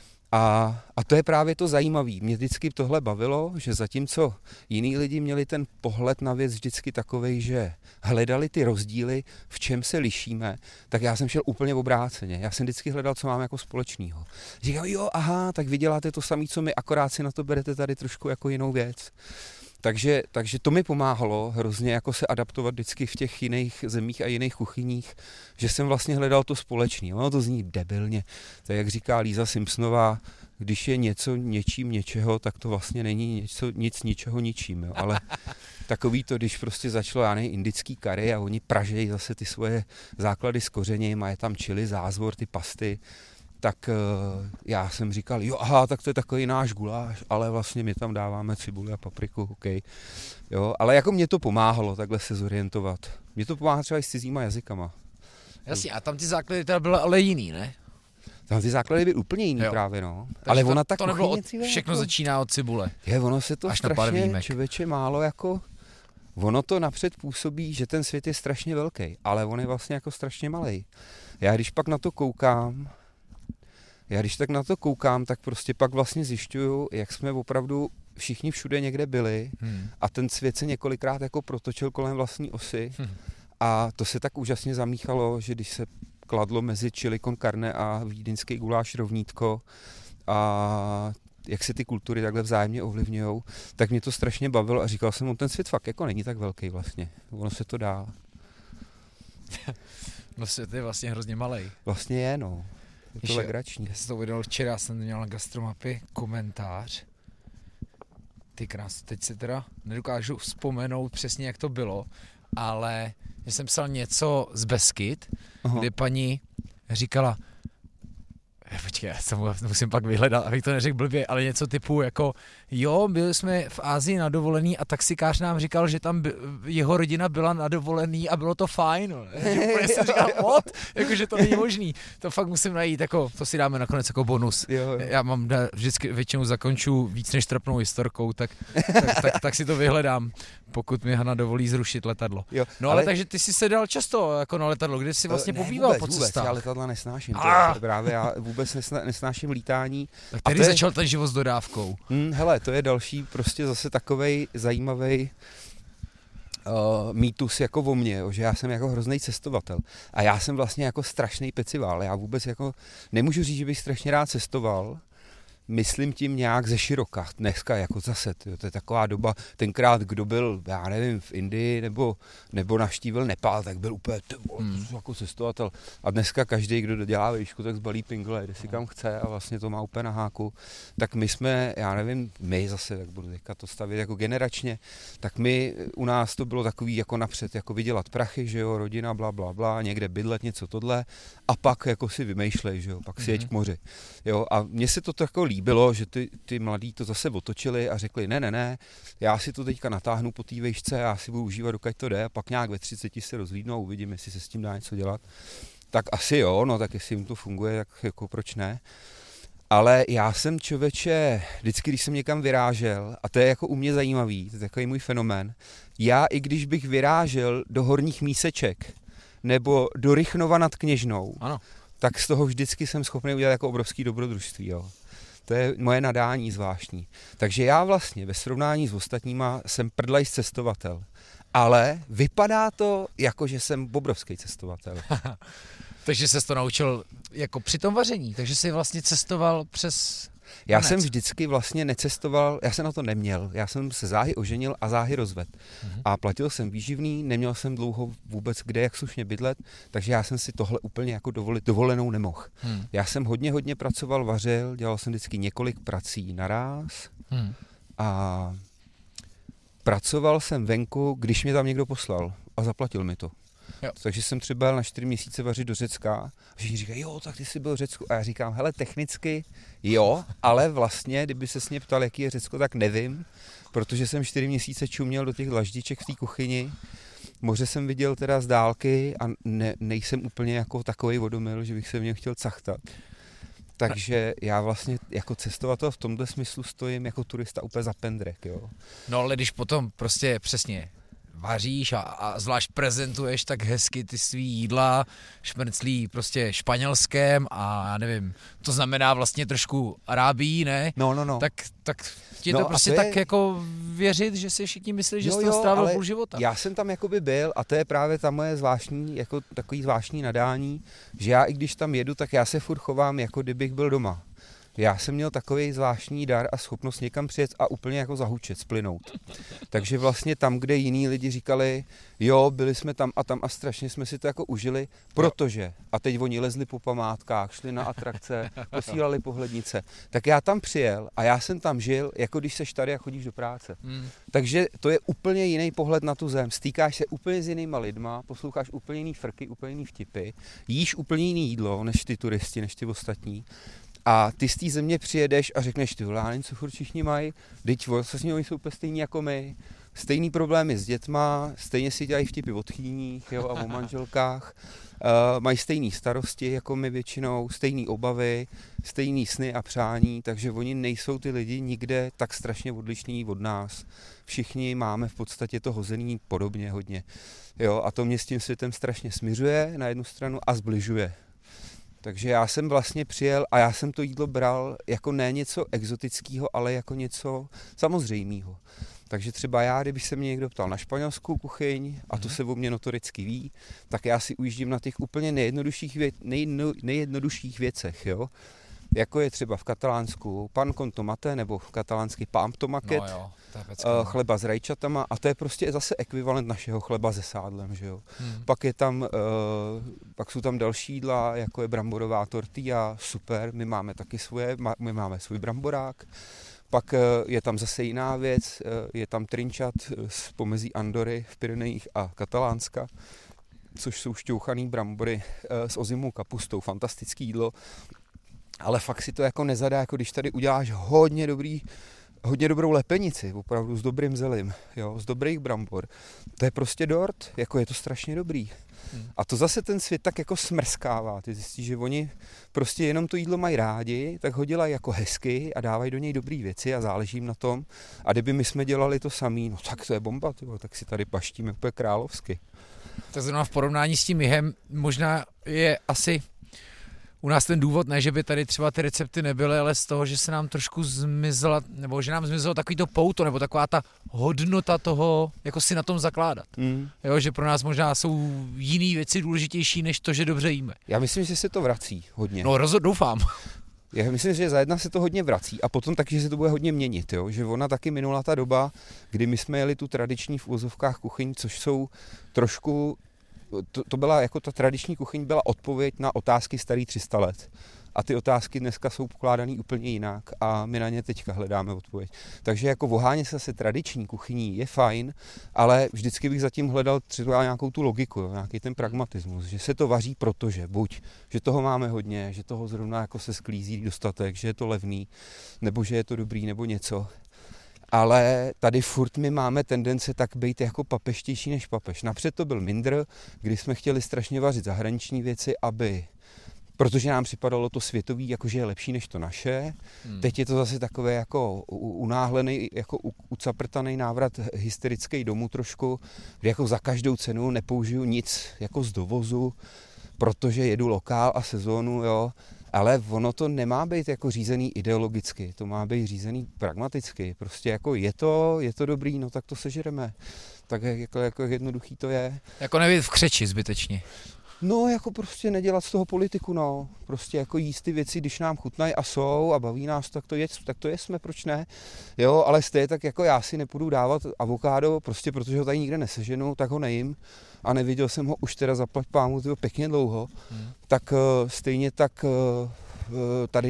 S2: A to je právě to zajímavé. Mě vždycky tohle bavilo, že zatímco jiní lidi měli ten pohled na věc vždycky takovej, že hledali ty rozdíly, v čem se lišíme, tak já jsem šel úplně obráceně. Já jsem vždycky hledal, co máme jako společného. Říkal, jo, aha, tak vy děláte to samé, co my, akorát si na to berete tady trošku jako jinou věc. Takže to mi pomáhalo hrozně jako se adaptovat vždycky v těch jiných zemích a jiných kuchyních, že jsem vlastně hledal to společný. Ono to zní debilně. To je, jak říká Lisa Simpsonová, když je něco něčím něčeho, tak to vlastně není nic ničeho ničím. Jo. Ale takový to, když prostě začalo, já nevím, indický kary a oni pražejí zase ty svoje základy s kořením a je tam chili, zázvor, ty pasty, tak já jsem říkal, jo, aha, tak to je takový náš guláš, ale vlastně my tam dáváme cibuli a papriku, OK. Jo, ale jako mě to pomáhalo takhle se zorientovat. Mě to pomáhá třeba i s cizíma jazykama.
S1: Jasně, a tam ty základy teda byly ale jiný, ne?
S2: Tam ty základy byly úplně jiný právě, no.
S1: Takže ale ona tak všechno jako, začíná od cibule.
S2: Ono se to strašně, člověče, málo jako... Ono to napřed působí, že ten svět je strašně velký, ale on je vlastně jako strašně malej. Já když tak na to koukám, tak prostě pak vlastně zjišťuju, jak jsme opravdu všichni všude někde byli a ten svět se několikrát jako protočil kolem vlastní osy a to se tak úžasně zamíchalo, že když se kladlo mezi chili con carne a vídeňský guláš rovnítko a jak se ty kultury takhle vzájemně ovlivňujou, tak mě to strašně bavilo a říkal jsem, ten svět fakt jako není tak velký vlastně, ono se to dá.
S1: No svět je vlastně hrozně malej.
S2: Vlastně je, no. je to legrační.
S1: Já jsem to uvědomil včera, jsem měl na Gastromapy komentář. Ty krás, teď si teda nedokážu vzpomenout přesně, jak to bylo, ale že jsem psal něco z Beskyd, kde paní říkala, počkej, já se musím pak vyhledat, abych to neřekl blbě, ale něco typu jako, jo, byli jsme v Asii na dovolený a taxikář nám říkal, že tam jeho rodina byla na dovolený a bylo to fajn. Úplně jsem říkal, what? Jako, že to není možný. To fakt musím najít, jako, to si dáme nakonec jako bonus.
S2: Jo.
S1: Já mám vždycky většinou zakonču víc než trapnou historkou, tak si to vyhledám, pokud mi Hana dovolí zrušit letadlo. Jo, no ale takže ty jsi se dal často jako na letadlo, kde jsi vlastně pobýval po cestách?
S2: Já letadla nesnáším, právě já vůbec nesnáším lítání.
S1: Tak tady začal ten život s dodávkou.
S2: Hele, to je další prostě zase takovej zajímavý mýtus jako o mně, že já jsem jako hrozný cestovatel. A já jsem vlastně jako strašný pecivál. Já vůbec jako nemůžu říct, že bych strašně rád cestoval. Myslím tím nějak ze široka. Dneska jako zase, to je taková doba, tenkrát, kdo byl, já nevím, v Indii nebo navštívil Nepál, tak byl úplně jako cestovatel. A dneska každý, kdo dělá výšku, tak zbalí pingle, jde si kam chce a vlastně to má úplně na háku. Tak my jsme, já nevím, my zase, tak budu teďka to stavit jako generačně, tak my, u nás to bylo takový jako napřed, jako vydělat prachy, že jo, rodina, bla, někde bydlet, něco tohle a pak jako si vymýšlej, že jo, pak si jeď k moři. Jo, a mně se to jako líbilo, že ty mladí to zase otočili a řekli, ne, já si to teďka natáhnu po té vejšce, já si budu užívat, dokud to jde a pak nějak ve 30 se rozhlídnou, uvidím, jestli se s tím dá něco dělat. Tak asi jo, no tak jestli jim to funguje, tak jako proč ne. Ale já jsem člověče, vždycky, když jsem někam vyrážel, a to je jako u mě zajímavý, to je takový můj fenomén, já i když bych vyrážel do Horních Míseček nebo do Rychnova nad Kněžnou, ano, tak z toho vždycky jsem schopný udělat jako obrovský dobrodružství, jo. To je moje nadání zvláštní. Takže já vlastně ve srovnání s ostatníma jsem prdlej cestovatel. Ale vypadá to jako, že jsem obrovský cestovatel. Takže
S1: ses to naučil jako při tom vaření, takže jsi vlastně cestoval přes...
S2: Já jsem vždycky vlastně necestoval, já jsem na to neměl. Já jsem se záhy oženil a záhy rozvedl. A platil jsem výživný, neměl jsem dlouho vůbec kde jak slušně bydlet, takže já jsem si tohle úplně jako dovolenou nemohl. Já jsem hodně pracoval, vařil, dělal jsem vždycky několik prací naráz a pracoval jsem venku, když mě tam někdo poslal a zaplatil mi to. Jo. Takže jsem třeba jel na 4 měsíce vařit do Řecka a všichni říkají, jo, tak ty jsi byl v Řecku. A já říkám, hele, technicky jo, ale vlastně, kdyby se mě ptal, jaký je Řecko, tak nevím, protože jsem 4 měsíce čuměl do těch dlaždiček v té kuchyni. Moře jsem viděl teda z dálky a nejsem úplně jako takovej vodomil, že bych se v něm chtěl cachtat. Takže já vlastně jako cestovatel v tomto smyslu stojím jako turista úplně za pendrek, jo.
S1: No ale když potom prostě přesně vaříš a zvlášť prezentuješ tak hezky ty svý jídla, šmrclí prostě španělském a já nevím, to znamená vlastně trošku Arábii, ne?
S2: No.
S1: Tak ti to prostě to je... tak jako věřit, že si všichni myslí, že jsi to strávil půl života.
S2: Já jsem tam jakoby byl a to je právě ta moje zvláštní, jako takový zvláštní nadání, že já i když tam jedu, tak já se furt chovám, jako kdybych byl doma. Já jsem měl takový zvláštní dar a schopnost někam přijet a úplně jako zahučet, splynout. Takže vlastně tam, kde jiní lidi říkali, jo, byli jsme tam a strašně jsme si to jako užili, protože, a teď oni lezli po památkách, šli na atrakce, posílali pohlednice, tak já tam přijel a já jsem tam žil, jako když seš tady a chodíš do práce. Takže to je úplně jiný pohled na tu zem, stýkáš se úplně s jinýma lidma, posloucháš úplně jiný frky, úplně jiný vtipy, jíš úplně jiný jídlo, než ty turisti, než ty ostatní. A ty z té země přijedeš a řekneš, ty vole, co furt všichni mají, teď vlastně oni jsou úplně stejní jako my, stejný problémy s dětma, stejně si dělají vtipy o tchýních, jo, a o manželkách, mají stejné starosti jako my většinou, stejné obavy, stejné sny a přání, takže oni nejsou ty lidi nikde tak strašně odlišní od nás. Všichni máme v podstatě to hozený podobně hodně. Jo, a to mě s tím světem strašně smiřuje na jednu stranu a zbližuje. Takže já jsem vlastně přijel a já jsem to jídlo bral jako ne něco exotického, ale jako něco samozřejmého. Takže třeba já, kdybych se mě někdo ptal na španělskou kuchyň, a to se o mě notoricky ví, tak já si ujíždím na těch úplně nejjednodušších věcech, jo. jako je třeba v Katalánsku pan con tomate nebo katalánsky pám tomaket,
S1: No jo, to je pecka.
S2: chleba s rajčatama a to je prostě zase ekvivalent našeho chleba se sádlem, že jo. Pak je tam, pak jsou tam další jídla, jako je bramborová tortilla, super, my máme taky svoje, my máme svůj bramborák. Pak je tam zase jiná věc, je tam trinčat z pomezí Andory v Pyrenejích a Katalánska, což jsou šťouchaný brambory s ozimou kapustou, fantastický jídlo, ale fakt si to jako nezadá, jako když tady uděláš hodně dobrou lepenici, opravdu s dobrým zelím, jo, z dobrých brambor. To je prostě dort, jako je to strašně dobrý. A to zase ten svět tak jako smrskává. Ty zjistíš, že oni prostě jenom to jídlo mají rádi, tak ho dělají jako hezky a dávají do něj dobrý věci a záleží jim na tom. A kdyby my jsme dělali to samý, no tak to je bomba, tyvo, tak si tady paštíme úplně královsky.
S1: Tak zrovna v porovnání s tím jihem možná je asi u nás ten důvod, ne, že by tady třeba ty recepty nebyly, ale z toho, že se nám trošku zmizela, nebo že nám zmizelo takový to pouto, nebo taková ta hodnota toho, jako si na tom zakládat. Jo, že pro nás možná jsou jiné věci důležitější, než to, že dobře jíme.
S2: Já myslím, že se to vrací hodně.
S1: No doufám.
S2: Já myslím, že za jedna se to hodně vrací a potom taky, že se to bude hodně měnit, jo? Že ona taky minula ta doba, kdy my jsme jeli tu tradiční v uvozovkách kuchyň, což jsou trošku, to byla jako ta tradiční kuchyň byla odpověď na otázky starý 300 let. A ty otázky dneska jsou pokládané úplně jinak a my na ně teďka hledáme odpověď. Takže jako voháně se tradiční kuchyní je fajn, ale vždycky bych zatím hledal třeba nějakou tu logiku, jo, nějaký ten pragmatismus, že se to vaří protože buď, že toho máme hodně, že toho zrovna jako se sklízí dostatek, že je to levný, nebo že je to dobrý, nebo něco. Ale tady furt my máme tendence tak být jako papeštější než papež. Napřed to byl Mindr, kdy jsme chtěli strašně vařit zahraniční věci, protože nám připadalo to světový, jakože je lepší než to naše. Teď je to zase takové jako unáhlený, jako ucaprtaný návrat hysterický domů trošku, kdy jako za každou cenu nepoužiju nic jako z dovozu, protože jedu lokál a sezónu, jo. Ale ono to nemá být jako řízený ideologicky, to má být řízený pragmaticky. Prostě jako je to dobrý, no tak to sežereme. Tak jako jednoduchý to je. Jako
S1: nevět v křeči zbytečně.
S2: No, jako prostě nedělat z toho politiku, no. Prostě jako jíst ty věci, když nám chutnají a jsou a baví nás, tak to jesme, proč ne? Jo, ale stejně tak jako já si nepůjdu dávat avokádo, prostě protože ho tady nikde neseženu, tak ho nejím. A neviděl jsem ho už teda zaplať pámu pěkně dlouho. Tak stejně tak tady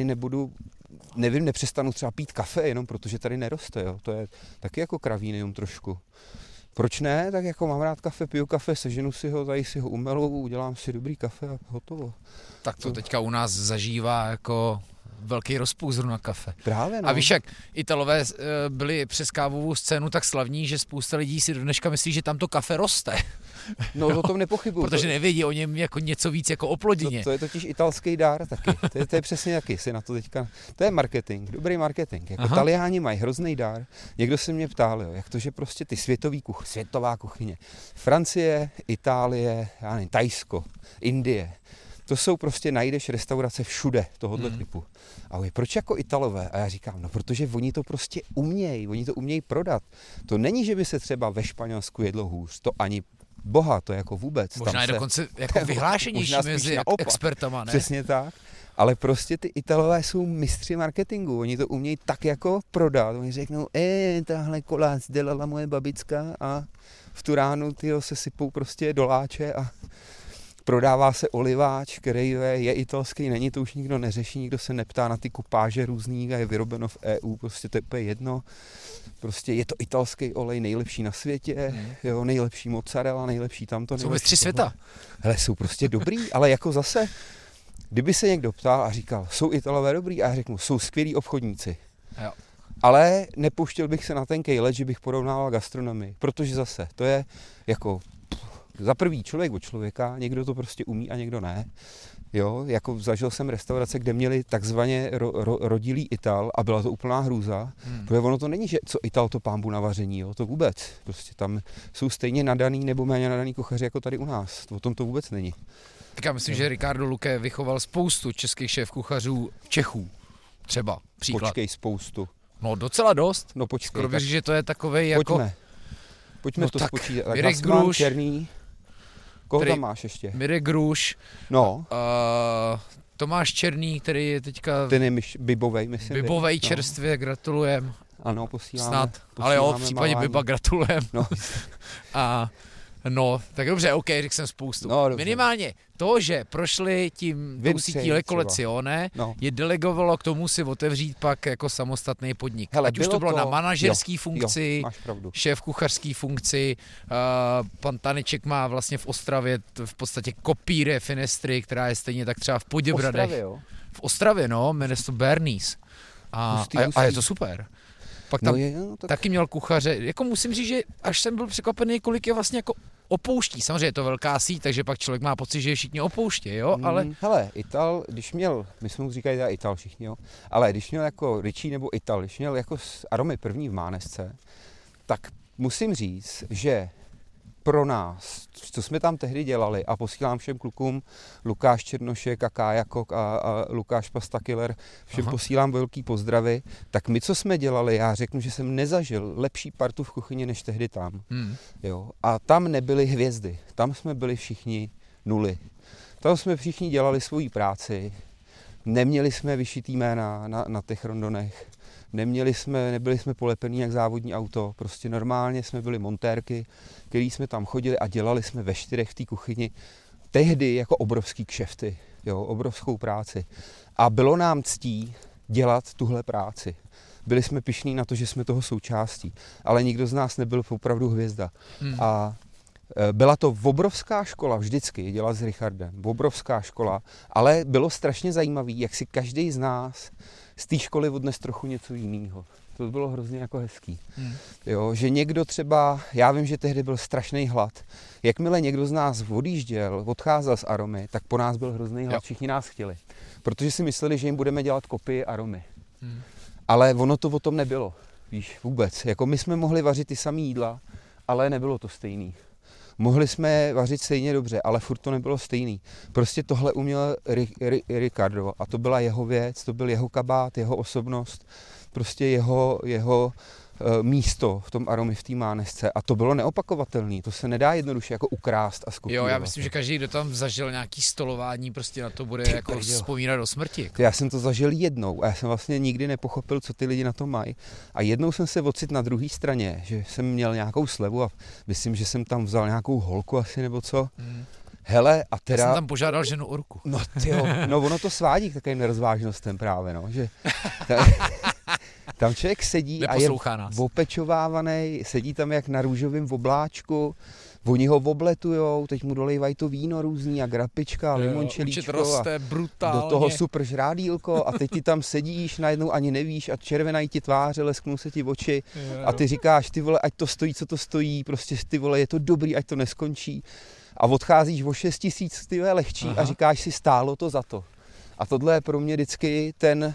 S2: nepřestanu třeba pít kafe, jenom protože tady neroste, jo. To je taky jako kravín jenom trošku. Proč ne? Tak jako mám rád kafe, piju kafe, seženu si ho, tady si ho umelu, udělám si dobrý kafe a hotovo.
S1: Tak to teďka u nás zažívá jako velký rozpůl na kafe.
S2: Právě, no.
S1: A víš jak, Italové byli přes kávovou scénu tak slavní, že spousta lidí si do dneška myslí, že tam to kafe roste.
S2: No o tom nepochybuju.
S1: Protože nevědí o něm jako něco víc jako o plodině.
S2: To je totiž italský dár taky. To je přesně taky, si na to teďka. To je marketing, dobrý marketing. Jako Taliáni mají hrozný dár. Někdo se mě ptal, jo, jak to, že prostě ty světová kuchyně. Francie, Itálie, já nevím, Thajsko, Indie. To jsou prostě, najdeš restaurace všude tohohle typu. A proč jako Italové? A já říkám, no protože oni to prostě oni to umějí prodat. To není, že by se třeba ve Španělsku jedlo hůř, to ani boha, to jako vůbec.
S1: Možná je dokonce jako vyhlášenější mezi expertama, ne?
S2: Přesně tak. Ale prostě ty Italové jsou mistři marketingu, oni to umějí tak jako prodat. Oni řeknou, tahle koláč dělala moje babička a v tu ránu se sypou prostě doláče a prodává se oliváč, který je italský, není to už nikdo neřeší, nikdo se neptá na ty kupáže různý a je vyrobeno v EU, prostě to je úplně jedno. Prostě je to italský olej, nejlepší na světě, jo, nejlepší mozzarella, nejlepší tamto.
S1: Jsou mistři světa.
S2: Hele, jsou prostě dobrý, ale jako zase, kdyby se někdo ptal a říkal, jsou Italové dobrý, a já řeknu, jsou skvělí obchodníci.
S1: Jo.
S2: Ale nepouštěl bych se na ten kejlet, že bych porovnával gastronomii, protože zase, to je jako za prvý člověk od člověka, někdo to prostě umí a někdo ne. Jo, jako zažil jsem restaurace, kde měli takzvaně rodilý Ital a byla to úplná hrůza. Protože ono to není, že co Ital to pambu na vaření, jo, to vůbec. Prostě tam jsou stejně nadaný nebo méně nadaný kuchaři jako tady u nás. O tom to vůbec není.
S1: Tak já myslím, že Ricardo Luque vychoval spoustu českých šéfkuchařů Čechů. Třeba příklad.
S2: Počkej, spoustu.
S1: No docela dost.
S2: No počkej.
S1: Skoro bych, že to je takovej jako...
S2: Pojďme
S1: no
S2: to spočítat.
S1: Mirek Gruš.
S2: Koho tam máš ještě?
S1: Mirek Gruš.
S2: No.
S1: Tomáš Černý, který je teďka...
S2: Ten je Bibovej, myslím.
S1: Bibovej čerstvě, gratulujem.
S2: Ano, posíláme.
S1: Snad, ale jo, v případě
S2: malání.
S1: Biba gratulujem.
S2: No.
S1: A no, tak dobře, OK, řekl jsem spoustu.
S2: No,
S1: minimálně to, že prošli tou sítí Le Collezione, je delegovalo k tomu si otevřít pak jako samostatný podnik.
S2: Hele,
S1: ať už to bylo na manažerský funkci, šéf kuchařský funkci, pan Taneček má vlastně v Ostravě v podstatě kopíre Finestry, která je stejně tak třeba v Poděbradech. V Ostravě, no, jmenuje se to Bernice. A je to super. Pak tam taky měl kuchaře, jako musím říct, že až jsem byl překvapený, kolik je vlastně jako opouští. Samozřejmě je to velká síť, takže pak člověk má pocit, že je všichni opouští, jo, ale...
S2: Hele, Ital, když měl, my jsme mu říkali teda Ital všichni, jo, ale když měl jako Richie nebo Ital, když měl jako Aromy první v Mánesce, tak musím říct, že pro nás, co jsme tam tehdy dělali, a posílám všem klukům, Lukáš Černošek a Kája Kok a Lukáš Pastakiller, všem posílám velký pozdravy, tak my, co jsme dělali, já řeknu, že jsem nezažil lepší partu v kuchyni, než tehdy tam. Jo. A tam nebyly hvězdy, tam jsme byli všichni nuly. Tam jsme všichni dělali svoji práci, neměli jsme vyšitý jména na těch rondonech, nebyli jsme polepení jak závodní auto, prostě normálně jsme byli montérky, který jsme tam chodili a dělali jsme ve 4 v té kuchyni tehdy jako obrovský kšefty, jo, obrovskou práci. A bylo nám ctí dělat tuhle práci. Byli jsme pyšní na to, že jsme toho součástí, ale nikdo z nás nebyl opravdu hvězda. A byla to obrovská škola vždycky dělat s Richardem, obrovská škola, ale bylo strašně zajímavý, jak si každý z nás z té školy odnes trochu něco jiného. To bylo hrozně jako hezký. Jo, že někdo třeba, já vím, že tehdy byl strašný hlad. Jakmile někdo z nás odjížděl, odcházel z Aromy, tak po nás byl hrozný hlad, všichni nás chtěli. Protože si mysleli, že jim budeme dělat kopii Aromy. Ale ono to o tom nebylo, víš, vůbec. Jako my jsme mohli vařit ty samý jídla, ale nebylo to stejný. Mohli jsme vařit stejně dobře, ale furt to nebylo stejný. Prostě tohle uměl Ricardo a to byla jeho věc, to byl jeho kabát, jeho osobnost, prostě jeho místo v tom Aromy v té Mánesce a to bylo neopakovatelné, to se nedá jednoduše jako ukrást a skopírovat.
S1: Jo, já myslím, že každý, kdo tam zažil nějaký stolování, prostě na to bude jako vzpomínat do smrti.
S2: Já jsem to zažil jednou a já jsem vlastně nikdy nepochopil, co ty lidi na to mají. A jednou jsem se ocitl na druhé straně, že jsem měl nějakou slevu a myslím, že jsem tam vzal nějakou holku asi nebo co. Hele, a teda...
S1: Já jsem tam požádal ženu o ruku.
S2: No tyjo, no ono to svádí k takovým nerozvážnostem právě, no, že... Tam člověk sedí a je opečovávaný, sedí tam jak na růžovém obláčku, oni ho obletujou, teď mu dolejvají to víno různý a grapička a limončelíčko
S1: roste brutálně.
S2: Do toho super žrádílko a teď ty tam sedíš, najednou ani nevíš a červenají ti tváře, lesknou se ti oči a ty říkáš, ty vole, ať to stojí, co to stojí, prostě ty vole, je to dobrý, ať to neskončí a odcházíš o 6 000 ty lehčí a říkáš si, stálo to za to. A tohle je pro mě vždycky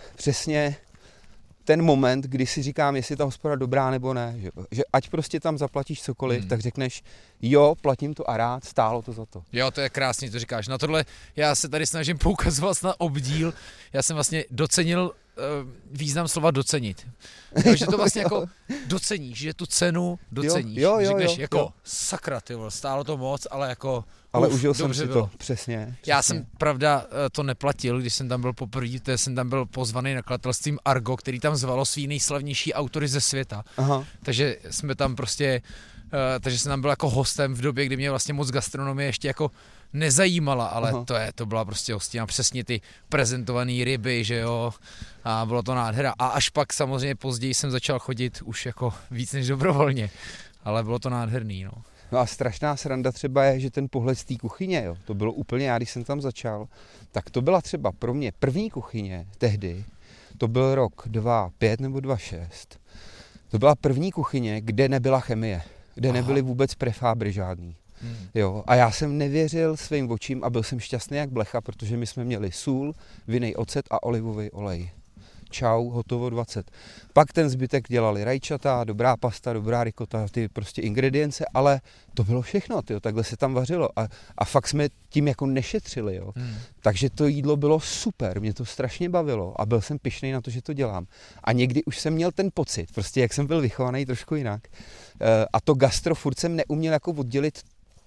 S2: ten moment, kdy si říkám, jestli ta hospoda dobrá nebo ne, že ať prostě tam zaplatíš cokoliv, tak řekneš, jo, platím to a rád, stálo to za to.
S1: Jo, to je krásný, to říkáš. Na tohle já se tady snažím poukazovat na obdíl. Já jsem vlastně docenil význam slova docenit. Jo, že to vlastně jako doceníš, že tu cenu doceníš.
S2: Jo,
S1: řekneš jako sakra, ty vole, stálo to moc, ale jako
S2: ale užil jsem si to, přesně.
S1: Já jsem, pravda, to neplatil, když jsem tam byl poprvé, jsem tam byl pozvaný nakladatelstvím Argo, který tam zvalo svý nejslavnější autory ze světa. Takže jsme tam prostě, takže jsem tam byl jako hostem v době, kdy mě vlastně moc gastronomie ještě jako nezajímala, ale to byla prostě hostina, přesně ty prezentované ryby, že jo, a bylo to nádhera. A až pak samozřejmě později jsem začal chodit už jako víc než dobrovolně, ale bylo to nádherný, no.
S2: No a strašná sranda třeba je, že ten pohled z té kuchyně, jo, to bylo úplně, já když jsem tam začal, tak to byla třeba pro mě první kuchyně tehdy, to byl rok 2005 nebo 2006. To byla první kuchyně, kde nebyla chemie, kde nebyly vůbec prefábry žádný. Jo, a já jsem nevěřil svým očím a byl jsem šťastný jak blecha, protože my jsme měli sůl, vinný ocet a olivový olej. Čau, hotovo 20. Pak ten zbytek dělali rajčata, dobrá pasta, dobrá rikota, ty prostě ingredience, ale to bylo všechno, tyjo, takhle se tam vařilo a fakt jsme tím jako nešetřili, jo. Takže to jídlo bylo super, mě to strašně bavilo a byl jsem pyšnej na to, že to dělám. A někdy už jsem měl ten pocit, prostě jak jsem byl vychovaný trošku jinak a to gastro furt jsem neuměl jako oddělit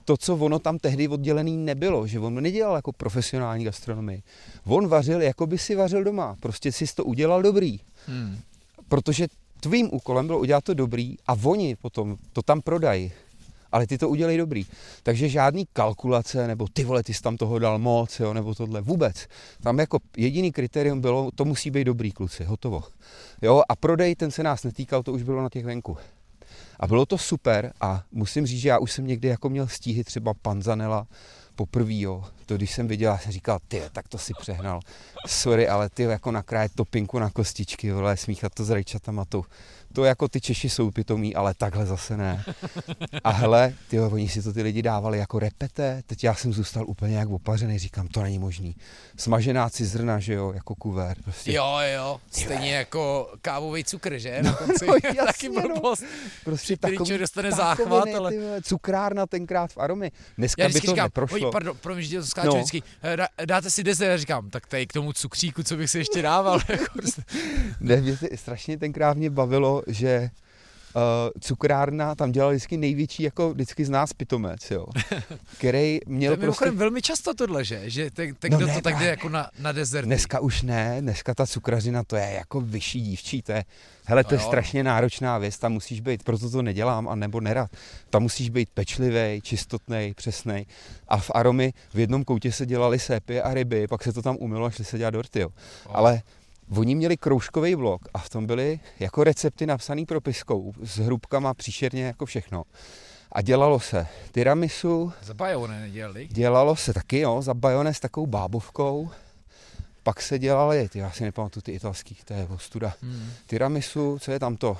S2: to, co ono tam tehdy oddělený nebylo, že on nedělal jako profesionální gastronomii. On vařil, jako by si vařil doma. Prostě si to udělal dobrý. Protože tvým úkolem bylo udělat to dobrý a oni potom to tam prodají. Ale ty to udělej dobrý. Takže žádný kalkulace, nebo ty vole, ty jsi tam toho dal moc, jo, nebo tohle, vůbec. Tam jako jediný kritérium bylo, to musí být dobrý, kluci, hotovo. Jo, a prodej, ten se nás netýkal, to už bylo na těch venku. A bylo to super a musím říct, že já už jsem někdy jako měl stíhy třeba panzanela poprvý, jo. To když jsem viděl, já jsem říkal, ty, tak to si přehnal. Sorry, ale ty jako nakrájet topinku na kostičky, vole, smíchat to s rajčatama, to jako ty Češi jsou pitomí, ale takhle zase ne. A hele, oni si to ty lidi dávali jako repete, teď já jsem zůstal úplně jak opařený, říkám, to není možný. Smažená cizrna, že jo, jako kuvér. Prostě.
S1: Jo, stejně jako kávový cukr, že? Na konci taky blbost.
S2: No. Prostě takový
S1: dostane záchvat, ale...
S2: Cukrárna tenkrát v Aromě. Dneska
S1: já
S2: by to
S1: říkám,
S2: neprošlo.
S1: Pardon, promiň, že to skáču vždycky. Dáte si dezert, já říkám, tak tady k tomu cukříku, co bych si ještě dával.
S2: Ne, mě strašně tenkrát mě bavilo, že cukrárna tam dělal vždycky největší, jako vždycky z nás pitomec, jo. Který měl
S1: to je velmi často tohle, že kdo to tak jde jako na dezerty.
S2: Dneska už ne, dneska ta cukrařina, to je jako vyšší dívčí, to je strašně náročná věc, tam musíš být, proto to nedělám, a nebo nerad, tam musíš být pečlivý, čistotnej, přesnej. A v Aromy v jednom koutě se dělali sépie a ryby, pak se to tam umylo a šli se dělat dorty, jo. Ale oni měli kroužkový blok a v tom byly jako recepty napsaný propiskou s hrubkama příšerně jako všechno. A dělalo se tiramisu.
S1: Za bajone nedělali?
S2: Dělalo se taky, jo, za bajone s takovou bábovkou. Pak se dělali, já si nepamatuju ty italský, to je ostuda. Tiramisu, co je tam to?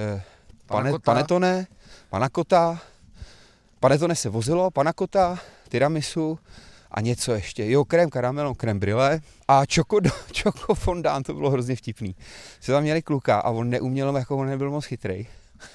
S2: Panettone, panna cotta. Panettone se vozilo, panna cotta, tiramisu. A něco ještě, jo, krém karamelo, krém brûlée a čoko fondant, to bylo hrozně vtipný. Se tam měli kluka a on neuměl, jako on nebyl moc chytrej.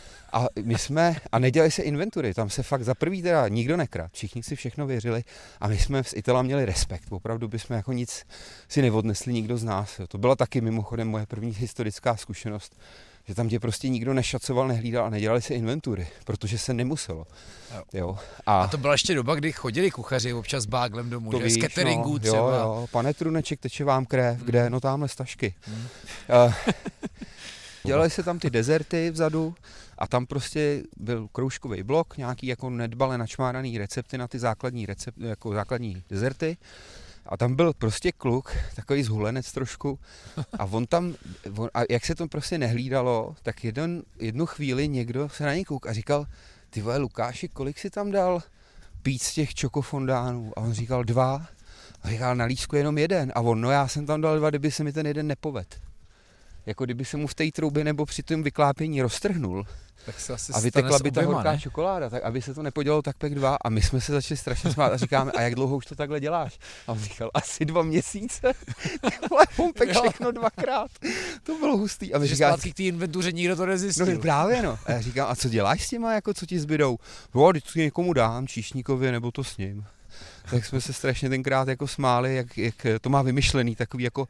S2: A nedělali se inventury, tam se fakt za prvý teda nikdo nekrát, všichni si všechno věřili a my jsme s Itala měli respekt, opravdu bychom jako nic si neodnesli nikdo z nás. Jo. To byla taky mimochodem moje první historická zkušenost, že tam tě prostě nikdo nešacoval, nehlídal a nedělali se inventury, protože se nemuselo. Jo. A
S1: to byla ještě doba, kdy chodili kuchaři občas s báglem domů, že? Z cateringu třeba.
S2: Jo, pane Truneček, teče vám krev, kde? No tamhle z tašky. Dělali se tam ty dezerty vzadu a tam prostě byl kroužkový blok, nějaký jako nedbale načmáraný recepty na ty základní dezerty. A tam byl prostě kluk, takový zhulenec trošku a a jak se to prostě nehlídalo, tak jednu chvíli někdo se na něj kouk a říkal, ty vole Lukáši, kolik si tam dal pít z těch čokofondánů? A on říkal 2. A říkal, na lístku jenom 1. A on, no já jsem tam dal 2, kdyby se mi ten jeden nepovedl. Jako kdyby se mu v té troubě nebo při tom vyklápění roztrhnul a vytekla by ta horká čokoláda, tak aby se to nepodělalo, tak pek 2. A my jsme se začali strašně smát a říkáme, a jak dlouho už to takhle děláš? A on říkal, asi 2 měsíce. Ale on pek všechno 2krát. To bylo hustý. A my
S1: říkáme, zpátky k té inventuře nikdo to nezjistil.
S2: No právě no. A já říkám, a co děláš s těma, jako co ti zbydou? No, vždycky někomu dám, číšníkovi, nebo to s ním. Tak jsme se strašně tenkrát jako smáli, jak to má vymyšlený, takový jako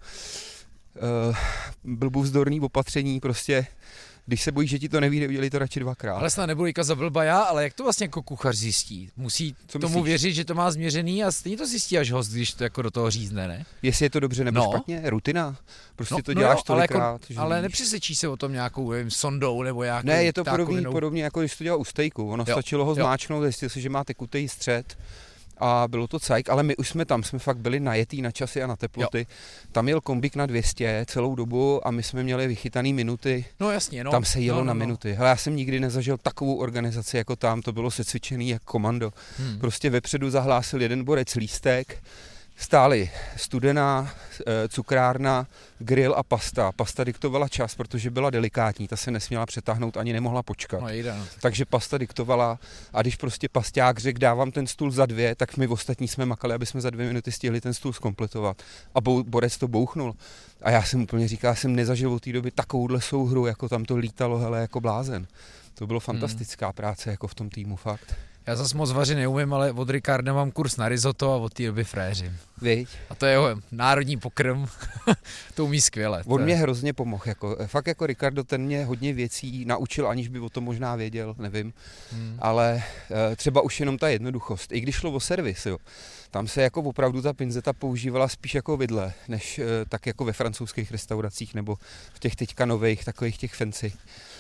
S2: blbůvzdorný opatření, prostě když se bojíš, že ti to nevíde, udělej to radši 2krát.
S1: Ale snad nebudu říkat za blba já, ale jak to vlastně jako kuchař zjistí? Musí tomu věřit, že to má změřený a stejně to zjistí až host, když to jako do toho řízne, ne?
S2: Jestli je to dobře nebo špatně, rutina. Prostě to děláš tolikrát.
S1: Ale nepřesvědčí se o tom nějakou sondou nebo nějakou.
S2: Ne, je to podobně jako když to dělal u stejku. Ono stačilo ho zmáčknout, zjistil si, že má tekutý střed. A bylo to cajk, ale my už jsme fakt byli najetý na časy a na teploty. Tam jel kombík na 200 celou dobu a my jsme měli vychytaný minuty.
S1: No jasně, no.
S2: Tam se jelo na minuty. Hele, já jsem nikdy nezažil takovou organizaci jako tam, to bylo secvičený jak komando. Prostě vepředu zahlásil jeden borec lístek, stáli studená, cukrárna, grill a pasta. Pasta diktovala čas, protože byla delikátní, ta se nesměla přetáhnout, ani nemohla počkat. Takže pasta diktovala a když prostě pasťák řekl, dávám ten stůl za 2, tak my ostatní jsme makali, aby jsme za 2 minuty stihli ten stůl zkompletovat. A borec to bouchnul. A já jsem úplně říkal, jsem nezažil od té doby takovouhle souhru, jako tam to lítalo, hele, jako blázen. To bylo fantastická práce jako v tom týmu, fakt.
S1: Já zase moc vařit neumím, ale od Ricarda mám kurz na risotto a od té doby fréřím.
S2: Viď?
S1: A to je jeho národní pokrm, to umí skvěle.
S2: On mě hrozně pomohl, fakt jako Ricardo, ten mě hodně věcí naučil, aniž by o tom možná věděl, nevím, ale třeba už jenom ta jednoduchost, i když šlo o servis, jo, tam se jako opravdu ta pinzeta používala spíš jako vidle, než tak jako ve francouzských restauracích nebo v těch teďka nových takových těch fancy.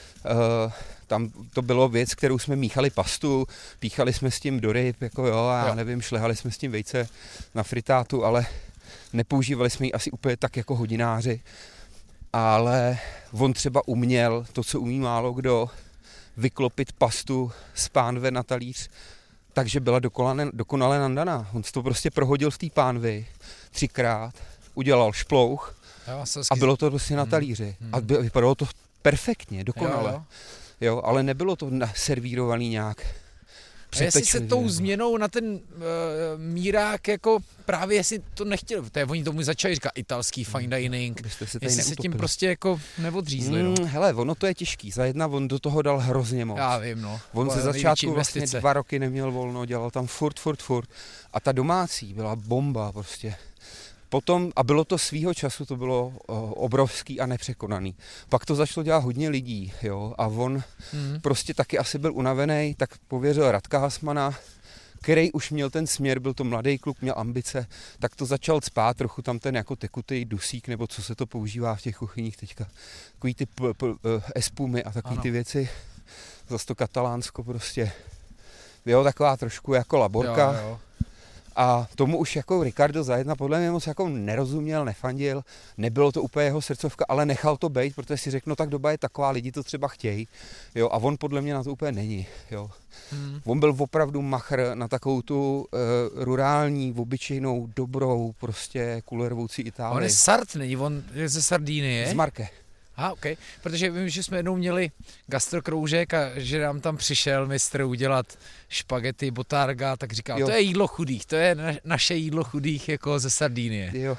S2: Tam to bylo věc, kterou jsme míchali pastu, píchali jsme s tím do ryb, jako jo, a já nevím, šlehali jsme s tím vejce na fritátu, ale nepoužívali jsme ji asi úplně tak jako hodináři. Ale on třeba uměl to, co umí málo kdo, vyklopit pastu z pánve na talíř, takže byla dokonale nandaná. On to prostě prohodil v té pánvi 3krát, udělal šplouch a bylo to prostě na talíři. A vypadalo to perfektně, dokonale. Jo, ale nebylo to servírovaný nějak
S1: a jestli se tou změnou na ten mírák jako právě jestli to nechtěli, oni tomu začali říkat italský fine dining, jestli se tím prostě jako neodřízli.
S2: Hele, ono to je těžký, za jedna on do toho dal hrozně moc.
S1: Já vím, no.
S2: On ze začátku vlastně 2 roky neměl volno, dělal tam furt. A ta domácí byla bomba prostě. Potom, a bylo to svýho času, to bylo obrovský a nepřekonaný. Pak to začalo dělat hodně lidí, jo, a on prostě taky asi byl unavený, tak pověřil Radka Hasmana, který už měl ten směr, byl to mladý kluk, měl ambice, tak to začal cpát trochu tam ten jako tekutý dusík, nebo co se to používá v těch kuchyních teďka, takový ty espumy a takový ty věci, zase to katalánsko prostě, jo, taková trošku jako laborka.
S1: Jo.
S2: A tomu už jako Ricardo za jedna podle mě moc jako nerozuměl, nefandil, nebylo to úplně jeho srdcovka, ale nechal to bejt, protože si řekl, no tak doba je taková, lidi to třeba chtějí, jo, a on podle mě na to úplně není, jo. On byl opravdu machr na takovou tu rurální, obyčejnou, dobrou, prostě kulervoucí Itálii.
S1: On je Sart, není, on je ze Sardínie.
S2: Z Marke.
S1: OK, protože vím, že jsme jednou měli gastrokroužek a že nám tam přišel mistr udělat špagety botarga, tak říkal, to je jídlo chudých, to je naše jídlo chudých jako ze Sardínie.
S2: Jo.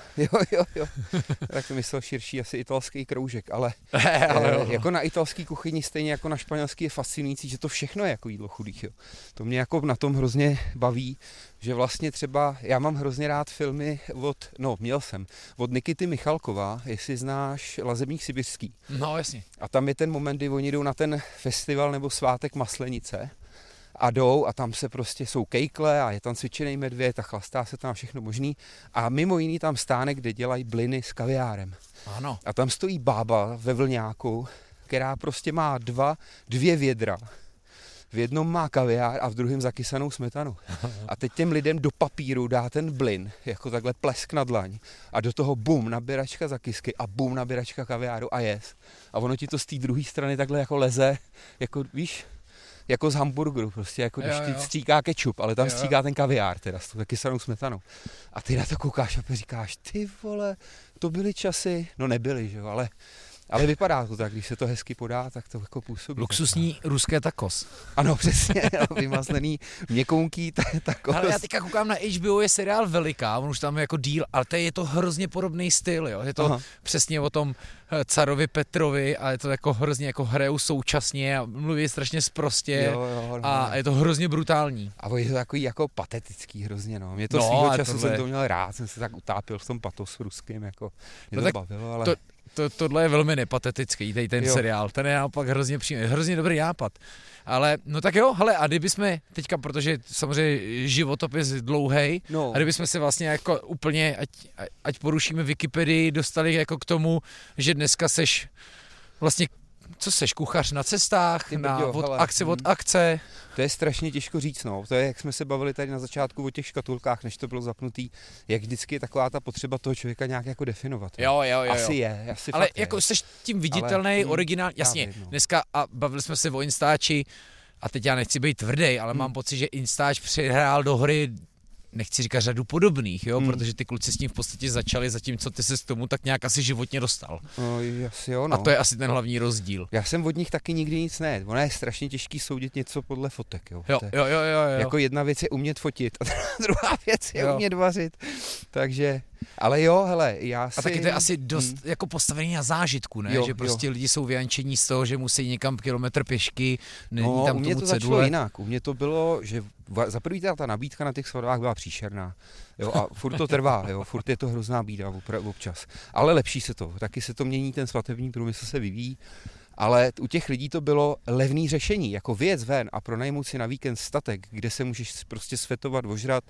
S2: Tak to myslel širší asi italský kroužek, ale jako na italský kuchyni stejně jako na španělský je fascinující, že to všechno je jako jídlo chudých. Jo. To mě jako na tom hrozně baví, že vlastně třeba, já mám hrozně rád filmy od Nikity Michalkova, jestli znáš Lazebník sibirský.
S1: No jasně.
S2: A tam je ten moment, kdy oni jdou na ten festival nebo svátek Maslenice a jdou a tam se prostě jsou kejkle a je tam cvičený medvěd a chlastá se tam všechno možný a mimo jiný tam stánek, kde dělají bliny s kaviárem.
S1: Ano.
S2: A tam stojí bába ve vlňáku, která prostě má dvě vědra. V jednom má kaviár a v druhém zakysanou smetanu. A teď těm lidem do papíru dá ten blin, jako takhle plesk na dlaň. A do toho bum, nabíračka zakysky a bum, nabíračka kaviáru a jes. A ono ti to z té druhé strany takhle jako leze, jako víš, jako z hamburgeru, prostě jako když ti stříká kečup, ale tam stříká ten kaviár teda s tou zakysanou smetanou. A ty na to koukáš a říkáš, ty vole, to byly časy, no nebyly, že jo, ale vypadá to tak, když se to hezky podá, tak to jako působí.
S1: Luxusní ruské tacos.
S2: Ano, přesně, vymazlený měkounký tacos.
S1: Ale já teďka koukám na HBO, je seriál Veliká, on už tam je jako díl, ale je to hrozně podobný styl, jo. Je to přesně o tom carovi Petrovi a je to jako hrozně jako hrajou současně a mluví strašně sprostě a je to hrozně brutální. A
S2: je to takový jako patetický hrozně, no. Mě to svýho času jsem to měl rád, jsem se tak utápil v tom patosu ruským, jako mě to bavilo, ale...
S1: Tohle je velmi nepatetický, ten seriál, ten je naopak hrozně příjemný, hrozně dobrý nápad. Ale, no tak jo, hele, a kdybychom teďka, protože samozřejmě životopis dlouhej, a kdybychom se vlastně jako úplně, ať porušíme Wikipedii, dostali jako k tomu, že dneska seš vlastně, co seš, kuchař na cestách, od akce.
S2: To je strašně těžko říct, no. To je, jak jsme se bavili tady na začátku o těch škatulkách, než to bylo zapnutý, jak vždycky je taková ta potřeba toho člověka nějak jako definovat.
S1: Jo.
S2: Asi
S1: ale
S2: fakt
S1: jako jsi tím viditelný, originální, jasně, dneska a bavili jsme se o Instači a teď já nechci být tvrdý, ale mám pocit, že Instač přihrál do hry, nechci říkat řadu podobných, jo, protože ty kluci s tím v podstatě začali, zatímco ty se s tomu tak nějak asi životně dostal. A to je asi ten hlavní rozdíl.
S2: Já jsem od nich taky nikdy nic ono je strašně těžký soudit něco podle fotek, jo.
S1: Jo.
S2: Jako jedna věc je umět fotit a druhá věc je umět vařit. Takže Ale jo, hele, já si...
S1: A taky to je asi dost jako postavený na zážitku, ne?
S2: Jo,
S1: že prostě lidi jsou vyjančení z toho, že musí někam kilometr pěšky, není tam
S2: u mě
S1: tomu
S2: to
S1: cedule.
S2: začalo jinak. U mě to bylo, že za první ta nabídka na těch svatbách byla příšerná. Jo, a furt to trvá, jo, furt je to hrozná bída občas. Ale lepší se to, taky se to mění, ten svatební průmysl se vyvíjí. Ale u těch lidí to bylo levný řešení, jako vyjet ven a pronajmout si na víkend statek, kde se můžeš prostě svetovat, ožrat,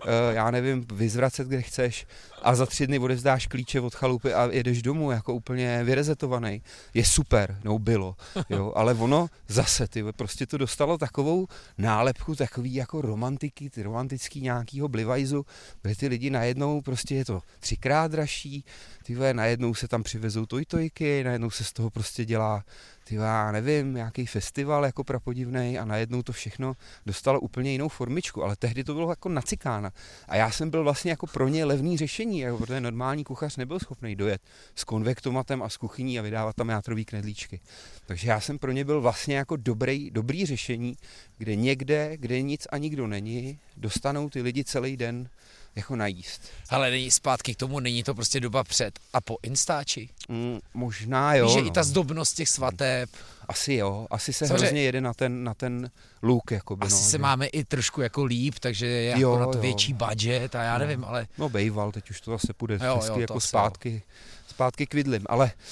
S2: já nevím, vyzvracet, kde chceš a za 3 dny odevzdáš klíče od chalupy a jedeš domů jako úplně vyrezetovaný. Je super, no bylo, jo, ale ono zase, prostě to dostalo takovou nálepku, takový jako romantiky, romantický nějakýho blivajzu, kde ty lidi najednou prostě je to 3krát dražší, najednou se tam přivezou tojtojky, najednou se z toho prostě dělá já nevím, nějaký festival jako prapodivnej a najednou to všechno dostalo úplně jinou formičku, ale tehdy to bylo jako nacikána. A já jsem byl vlastně jako pro ně levný řešení, jako protože normální kuchař nebyl schopný dojet s konvektomatem a s kuchyní a vydávat tam játrový knedlíčky. Takže já jsem pro ně byl vlastně jako dobrý řešení, kde někde, kde nic a nikdo není, dostanou ty lidi celý den jako najíst.
S1: Ale není zpátky k tomu, není to prostě doba před a po Instači?
S2: Možná jo.
S1: Víš, že i ta zdobnost těch svateb.
S2: Asi jo, asi se hrozně jede na ten look. Jakoby,
S1: asi se máme i trošku jako líp, takže je jako na to větší budget a já nevím, ale...
S2: No bejval, teď už to zase půjde hezky jako zpátky k vidlim,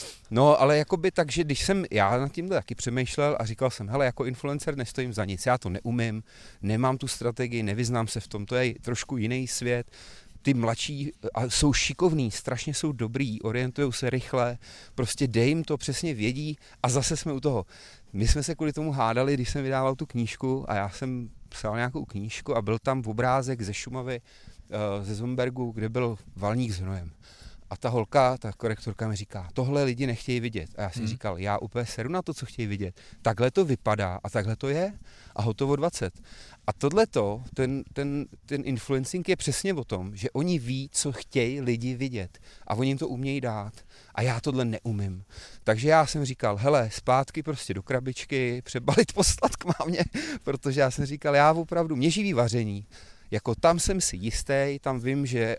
S2: ale jakoby takže, když jsem já nad tímhle taky přemýšlel a říkal jsem, hele, jako influencer nestojím za nic, já to neumím, nemám tu strategii, nevyznám se v tom, to je trošku jiný svět, ty mladší jsou šikovní, strašně jsou dobrý, orientujou se rychle, prostě dej jim to, přesně vědí a zase jsme u toho. My jsme se kvůli tomu hádali, když jsem vydával tu knížku a já jsem psal nějakou knížku a byl tam obrázek ze Šumavy, ze Zombergu, kde byl valník s hnojem. A ta holka, ta korektorka mi říká, tohle lidi nechtějí vidět. A já si říkal, já úplně seru na to, co chtějí vidět. Takhle to vypadá a takhle to je a hotovo 20. A tohleto, ten influencing je přesně o tom, že oni ví, co chtějí lidi vidět a oni jim to umějí dát. A já tohle neumím. Takže já jsem říkal, hele, zpátky prostě do krabičky, přebalit, poslat k mámě, protože já jsem říkal, já opravdu, mě živí vaření. Jako tam jsem si jistý, tam vím, že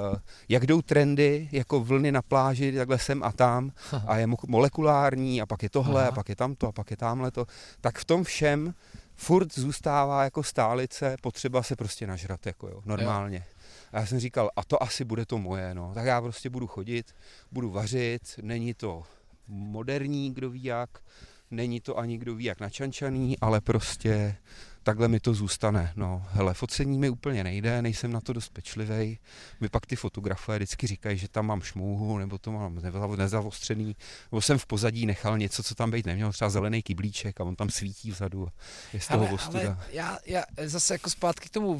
S2: jak jdou trendy, jako vlny na pláži, takhle sem a tam a je molekulární a pak je tohle a pak je tamto a pak je tamhleto, tak v tom všem furt zůstává jako stálice potřeba se prostě nažrat, jako jo, normálně. A já jsem říkal, a to asi bude to moje, no, tak já prostě budu chodit, budu vařit, není to moderní, kdo ví jak, není to ani kdo ví jak načančaný, ale prostě takhle mi to zůstane. No, hele, focení mi úplně nejde, nejsem na to dost pečlivej. Mi pak ty fotografové vždycky říkají, že tam mám šmouhu, nebo to mám nezavostřený, nebo jsem v pozadí nechal něco, co tam být nemělo, třeba zelený kyblíček a on tam svítí vzadu a je z toho ostuda.
S1: Ale já zase jako zpátky k tomu,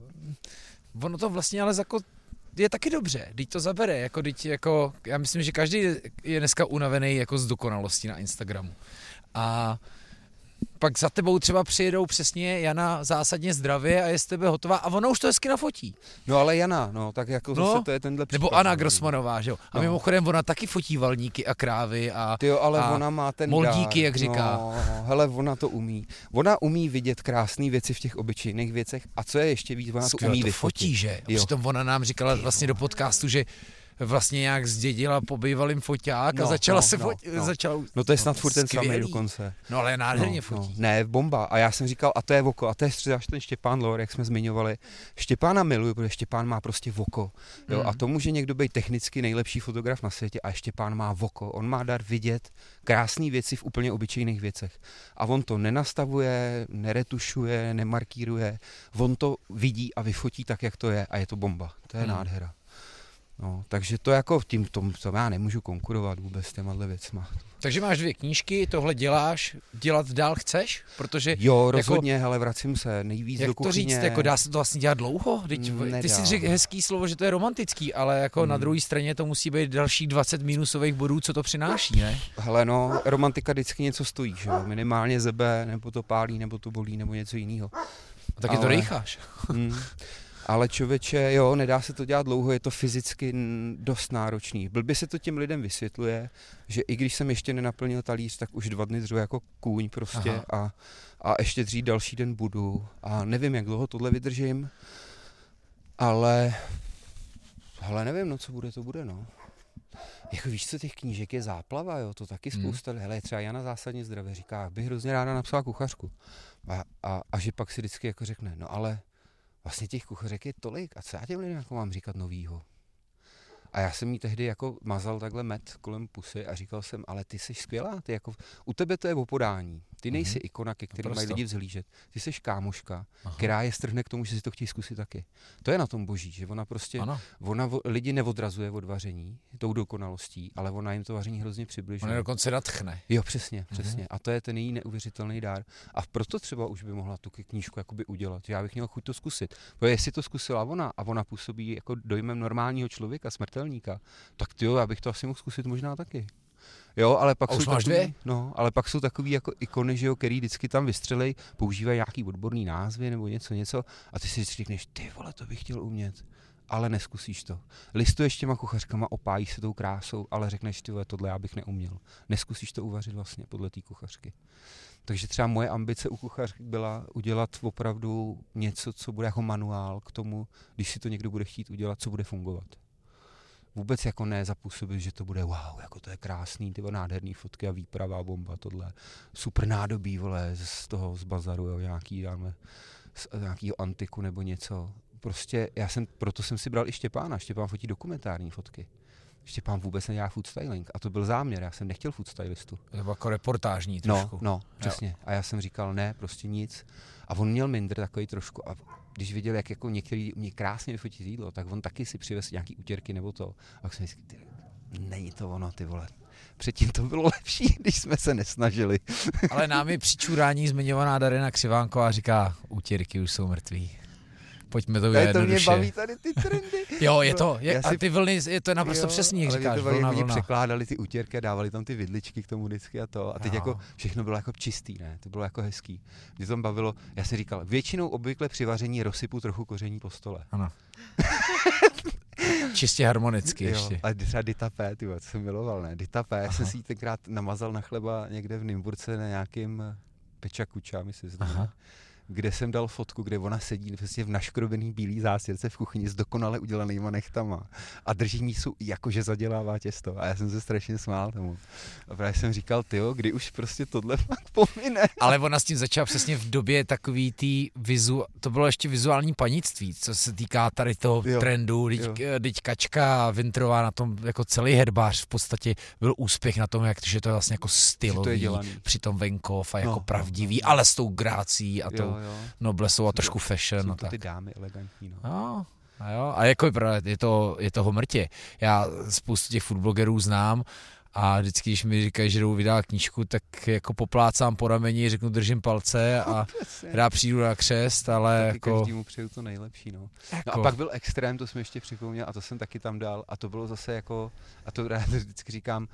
S1: ono to vlastně ale jako je taky dobře, teď to zabere, jako já myslím, že každý je dneska unavený jako z dokonalosti na Instagramu. A pak za tebou třeba přijedou přesně Jana zásadně zdravě a je z tebe hotová a ona už to hezky nafotí.
S2: No ale Jana, no tak jako zase to je tenhle případ.
S1: Nebo Anna Grossmanová, že jo. A mimochodem ona taky fotí valníky a krávy a
S2: ale ona má ten
S1: moldíky,
S2: dár.
S1: jak říká.
S2: No, hele, ona to umí. Ona umí vidět krásné věci v těch obyčejných věcech a co je ještě víc, ona to umí vyfotit.
S1: Fotí, že? Přitom ona nám říkala vlastně do podcastu, že vlastně nějak zdědila po bývalým foťák a začala se fotit.
S2: No to je snad furt ten samý dokonce.
S1: No ale nádherně fotí.
S2: Ne, bomba. A já jsem říkal, a to je oko, a to je třeba ten Štěpán Lor, jak jsme zmiňovali. Štěpána miluju, protože Štěpán má prostě oko. Jo, a to může někdo být technicky nejlepší fotograf na světě a Štěpán má oko. On má dar vidět krásné věci v úplně obyčejných věcech. A on to nenastavuje, neretušuje, nemarkíruje. On to vidí a vyfotí tak, jak to je a je to bomba. To je nádhera. No, takže to jako to já nemůžu konkurovat vůbec s těma věcma.
S1: Takže máš 2 knížky, tohle dělat dál chceš? Protože
S2: jo, rozhodně, jako, ale vracím se nejvíc do kuchyně.
S1: Jak to říct, jako dá se to vlastně dělat dlouho? Ty si řekl hezký slovo, že to je romantický, ale jako na druhé straně to musí být dalších 20 minusových bodů, co to přináší, ne?
S2: Hele no, romantika vždycky něco stojí, že jo? Minimálně zebe, nebo to pálí, nebo to bolí, nebo něco jiného.
S1: A taky to rejcháš.
S2: Ale člověče, jo, nedá se to dělat dlouho, je to fyzicky dost náročný. Blbě se to těm lidem vysvětluje, že i když jsem ještě nenaplnil talíř, tak už 2 dny dřu jako kůň prostě a ještě dřív další den budu a nevím, jak dlouho tohle vydržím, ale Ale nevím, no co bude, to bude, no. Jako víš co, těch knížek je záplava, jo, to taky spousta, hele, třeba Jana Zásadně zdravě říká, bych hrozně ráda napsala kuchařku. A že pak si vždycky jako řekne, no ale vlastně těch kuchařek je tolik, a co já těm lidem jako mám říkat novýho? A já jsem jí tehdy jako mazal takhle med kolem pusy a říkal jsem, ale ty jsi skvělá, ty jako, u tebe to je o podání. Ty nejsi ikona, ke kterým mají lidi vzhlížet. Ty jsi kámoška, která je strhne k tomu, že si to chtějí zkusit taky. To je na tom boží, že ona prostě, lidi neodrazuje od vaření tou dokonalostí, ale ona jim to vaření hrozně přibližuje.
S1: Ona dokonce nadchne.
S2: Jo, přesně. A to je ten její neuvěřitelný dár. A proto třeba už by mohla tu knížku jakoby udělat, že já bych měl chuť to zkusit. Protože jestli to zkusila ona a ona působí jako dojmem normálního člověka, smrtelníka, tak jo, já bych to asi mohl zkusit možná taky. Jo, ale pak jsou takový, ale pak jsou takový jako ikony, že jo, který vždycky tam vystřelej, používají nějaký odborný názvy nebo něco a ty si říkneš, ty vole, to bych chtěl umět, ale neskusíš to. Listuješ těma kuchařkama, opájíš se tou krásou, ale řekneš, ty vole, tohle já bych neuměl. Neskusíš to uvařit vlastně podle té kuchařky. Takže třeba moje ambice u kuchařky byla udělat opravdu něco, co bude jako manuál k tomu, když si to někdo bude chtít udělat, co bude fungovat. Vůbec jako ne zapůsobit, že to bude wow, jako to je krásný, ty nádherný fotky a výprava, bomba, tohle. Super nádobí, vole, z bazaru, jo, nějakýho antiku nebo něco. Prostě proto jsem si bral i Štěpána. Štěpán fotí dokumentární fotky. Štěpán vůbec nedělá food styling a to byl záměr, já jsem nechtěl food stylistu.
S1: To bylo jako reportážní trošku.
S2: No, přesně. A já jsem říkal, ne, prostě nic. A on měl mindr takový trošku a když viděl, jak jako některý mě krásně vyfotí jídlo, tak on taky si přivez nějaký utěrky nebo to. A tak jsem říkal, není to ono, ty vole. Předtím to bylo lepší, když jsme se nesnažili.
S1: Ale námi při čurání zmiňovaná Darina Křivánková říká, utěrky už jsou mrtví. Pojďme to
S2: jednoduše. To mě baví tady ty trendy.
S1: Jo, a ty vlny, to je naprosto přesný, jak říkáš.
S2: Oni překládali ty utěrky a dávali tam ty vidličky k tomu vždycky a to. A teď jako všechno bylo jako čistý, ne? To bylo jako hezký. Mě to bavilo, já jsem říkal, většinou obvykle při vaření rozsypu trochu koření po stole.
S1: Ano. Čistě harmonicky ještě.
S2: A třeba Ditapé, to jsem miloval, ne? Ditapé, já jsem si ji tenkrát namazal na chleba někde v Nymburce na nějakým Pečakuča, myslím, kde jsem dal fotku, kde ona sedí vlastně v naškrobený bílý zástěrce v kuchyni s dokonale udělanýma nechtama a drží mísu, jakože zadělává těsto. A já jsem se strašně smál tomu. A právě jsem říkal, tyjo, kdy už prostě tohle fakt pomine.
S1: Ale ona s tím začala přesně v době takový to bylo ještě vizuální panictví, co se týká tady toho trendu. Teď Kačka Vintrová na tom, jako celý herbář v podstatě byl úspěch na tom, že to je vlastně jako stylový, přitom venkov a jako pravdivý, ale s tou grácí a tou noblesou a trošku fashion.
S2: Jsou to ty dámy elegantní,
S1: A jako je toho mrtě. Já spoustu těch foodblogerů znám a vždycky, když mi říkají, že jdou vydat knížku, tak jako poplácám po rameni, řeknu držím palce a já přijdu na křest, ale
S2: taky
S1: jako...
S2: každému přeju to nejlepší, no. No a pak byl extrém, to jsme ještě připomněl a to jsem taky tam dal a to bylo zase jako, a to já vždycky říkám,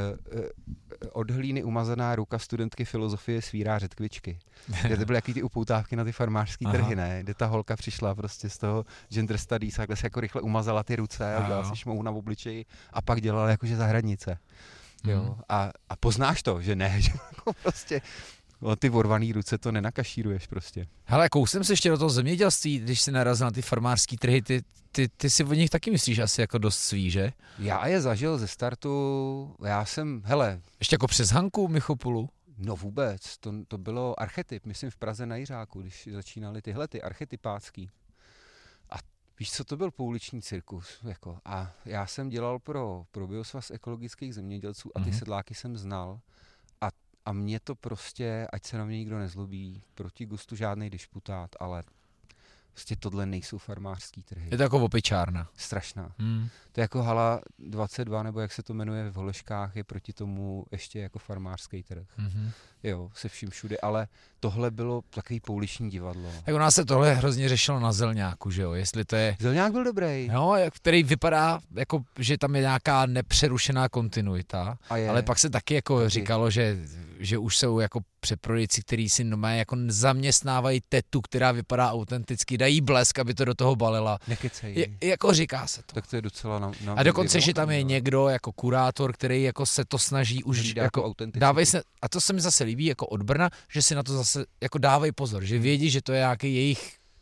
S2: od hlíny umazaná ruka studentky filozofie svírá řetkvičky. To byly jaký ty upoutávky na ty farmářský trhy, ne? Kde ta holka přišla prostě z toho gender studies, takhle se jako rychle umazala ty ruce a dala si šmou na obličeji a pak dělala jakože zahradnice. Jo, a poznáš to, že ne, že jako prostě ty vorvaný ruce to nenakašíruješ prostě.
S1: Hele, kousem se ještě do toho zemědělství, když jsi narazil na ty farmářský trhy, ty si o nich taky myslíš asi jako dost svý, že?
S2: Já je zažil ze startu,
S1: ještě jako přes Hanku Michopulu?
S2: No vůbec, to bylo archetyp, myslím v Praze na Jiřáku, když začínaly tyhle ty archetypácký. A víš co, to byl pouliční cirkus, jako. A já jsem dělal pro Biosvaz ekologických zemědělců a ty sedláky jsem znal. A mě to prostě, ať se na mě nikdo nezlobí, proti gustu žádnej disputát, ale prostě tohle nejsou farmářský trhy.
S1: Je to jako opičárna.
S2: Strašná. To je jako Hala 22, nebo jak se to jmenuje v Holeškách, je proti tomu ještě jako farmářský trh. Jo, se vším všude, ale tohle bylo takový pouliční divadlo.
S1: Tak u nás se tohle hrozně řešilo na Zelňáku, že jo, jestli to je...
S2: Zelňák byl dobrý.
S1: No, který vypadá, jako, že tam je nějaká nepřerušená kontinuita, ale pak se taky jako říkalo, že už jsou jako přeprodejci, který si normálně jako zaměstnávají tetu, která vypadá autenticky, dají blesk, aby to do toho balila.
S2: Nekecej.
S1: Jako říká se to.
S2: Tak to je docela
S1: a dokonce, že tam je někdo jako kurátor, který jako se to snaží už jako dávají se, a to se mi zase líbí jako od Brna, že si na to zase jako dávají pozor, že vědí, že to je nějaký jejich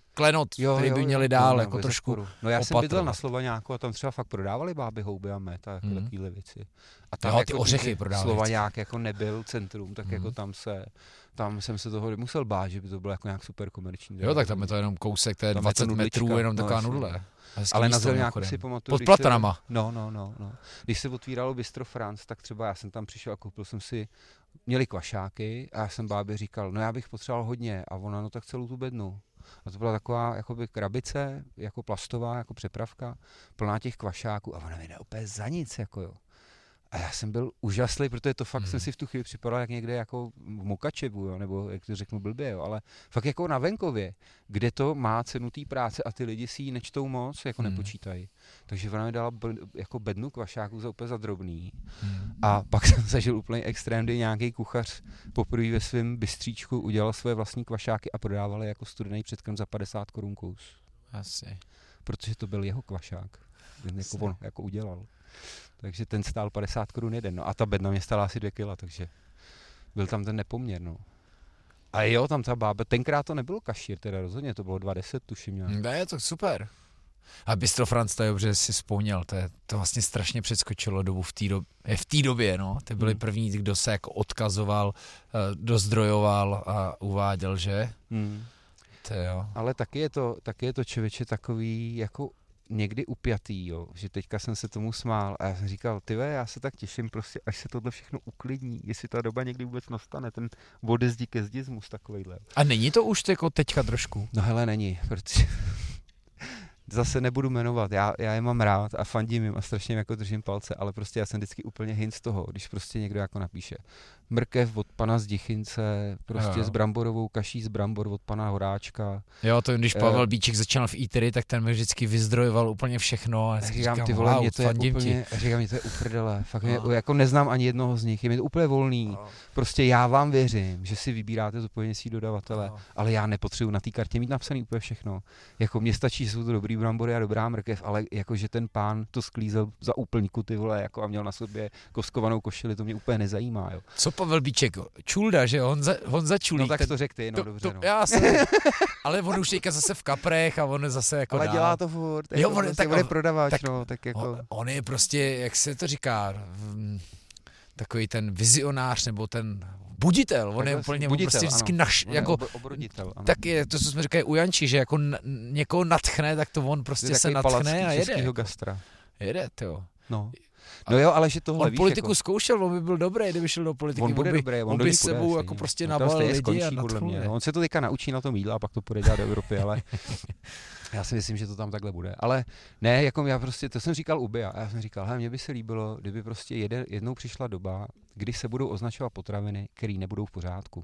S1: klenot, který by měli dál,
S2: no,
S1: jako trošku
S2: No já jsem
S1: opatrovat.
S2: bydlel na Slovaňáku a tam třeba fakt prodávali báby, houby a med a jako takovýhle věci. A tam
S1: Jo,
S2: jako
S1: ty ořechy prodávali.
S2: Slovaňák jako nebyl centrum, tak jako tam jsem se toho musel bát, že by to bylo jako nějak super komerční.
S1: Jo, tak tam je to jenom kousek, to je 20 metrů, jenom taková nudle.
S2: Ale na Zelňáku si pamatuju,
S1: pod Platanama.
S2: No. Když se otvíralo Bistro France, tak třeba já jsem tam přišel a koupil jsem si, měli kvašáky a já jsem bábě říkal, no já bych potřeboval hodně a ona, no tak celou tu bednu. A to byla taková jakoby krabice, jako plastová, jako přepravka, plná těch kvašáků a ona mi jde opět za nic, jako jo. A já jsem byl úžaslý, protože to fakt jsem si v tu chvíli připadal jak někde jako v Mukačevu, jo, nebo jak to řeknu blbě, jo, ale fakt jako na venkově, kde to má cenu té práce a ty lidi si ji nečtou moc, jako nepočítají. Takže ona mi dala jako bednu kvašáků za úplně za drobný. A pak jsem zažil úplně extrém, kdy nějaký kuchař poprvé ve svém bystříčku udělal své vlastní kvašáky a prodával je jako studený předkrm za 50 korun kus.
S1: Asi.
S2: Protože to byl jeho kvašák, ten jako on jako udělal. Takže ten stál 50 korun jeden, no a ta bedna mě stála asi 2 kila, takže byl tam ten nepoměr, no. A jo, tam ta bába, tenkrát to nebylo kašír, teda rozhodně, to bylo 2,10 tuším nějak.
S1: Je to super. A Bistro France, to je dobře, si vzpomněl, to vlastně strašně předskočilo dobu v té době, no. Ty byli první, kdo se jako odkazoval, dozdrojoval a uváděl, že? To jo.
S2: Ale taky je to člověče takový jako někdy upjatý, jo, že teďka jsem se tomu smál a já jsem říkal, já se tak těším prostě, až se tohle všechno uklidní, jestli ta doba někdy vůbec nastane, ten ode zdi ke zdismus takovejhle.
S1: A není to už jako teďka trošku?
S2: No hele, není, protože zase nebudu jmenovat, já je mám rád a fandím jim a strašně jako držím palce, ale prostě já jsem vždycky úplně hin z toho, když prostě někdo jako napíše mrkev od pana Zdichynce, prostě s bramborovou kaší z brambor od pana Horáčka.
S1: Jo, to když Pavel Bíček začínal v Eatery, tak ten mi vždycky vyzdrojoval úplně všechno. A
S2: říkám, ty vole, mě to je úplně, říkám, to je uprdele, fakt mě, jako neznám ani jednoho z nich, je mi to úplně volný, prostě já vám věřím, že si vybíráte zodpovědně svý dodavatele, ale já nepotřebuji na té kartě mít napsaný úplně všechno. Jako mně stačí, že jsou to dobrý brambory a dobrá mrkev, ale jakože ten pán to sklízel za úplňku, ty vole, jako a měl na sobě koskovanou košili, to mě úplně nezajímá, jo.
S1: Co Pavel Bíček? Čulda, že? Honza Čulík.
S2: No tak to řekl ty, no dobře, no.
S1: Já jsem, ale on už teďka zase v kaprech a on zase jako
S2: ale
S1: dál.
S2: dělá to furt, jako
S1: jo,
S2: on je prodavač, no, tak jako.
S1: On je prostě, jak se to říká, takový ten vizionář, nebo ten buditel, on je úplně
S2: buditel,
S1: prostě vždycky
S2: jako obroditel, ano.
S1: Tak je to, co jsme říkali u Janči, že jako někoho natchne, tak to on prostě se natchne a jede. Jako.
S2: Gastra.
S1: Jede, jo.
S2: No jo, ale že tohle
S1: on politiku jako zkoušel, on by byl dobrý, kdyby šel do politiky.
S2: On bude dobrý,
S1: on by s sebou jako prostě nabalil lidi a natchnul.
S2: On se to teďka naučí na tom jídla a pak to půjde dělat do Evropy, ale já si myslím, že to tam takhle bude. Ale ne, jako já prostě, to jsem říkal u Bia, a já jsem říkal, mně by se líbilo, kdyby prostě jednou přišla doba, kdy se budou označovat potraviny, které nebudou v pořádku.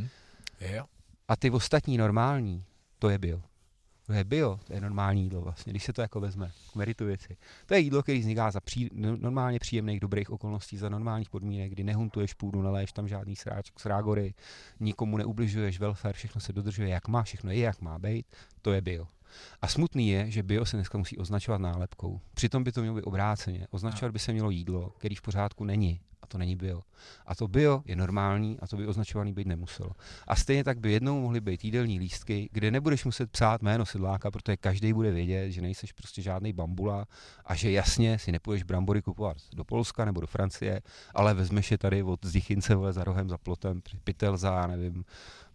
S1: Jo.
S2: A ty ostatní normální, to je bio. To je bio, to je normální jídlo vlastně, když se to jako vezme, meritu věci. To je jídlo, který vzniká za normálně příjemných, dobrých okolností, za normálních podmínek, kdy nehuntuješ půdu, neléješ tam žádný srágory, nikomu neubližuješ, welfare, všechno se dodržuje jak má, všechno je jak má být, to je bio. A smutný je, že bio se dneska musí označovat nálepkou. Přitom by to mělo být obráceně. Označovat by se mělo jídlo, který v pořádku není. A to není bio. A to bio je normální a to by označovaný být nemuselo. A stejně tak by jednou mohly být jídelní lístky, kde nebudeš muset psát jméno sedláka, protože každý bude vědět, že nejseš prostě žádný bambula a že jasně si nepůjdeš brambory kupovat do Polska nebo do Francie, ale vezmeš je tady od Zdichynce za rohem, za plotem, pytel za, já nevím,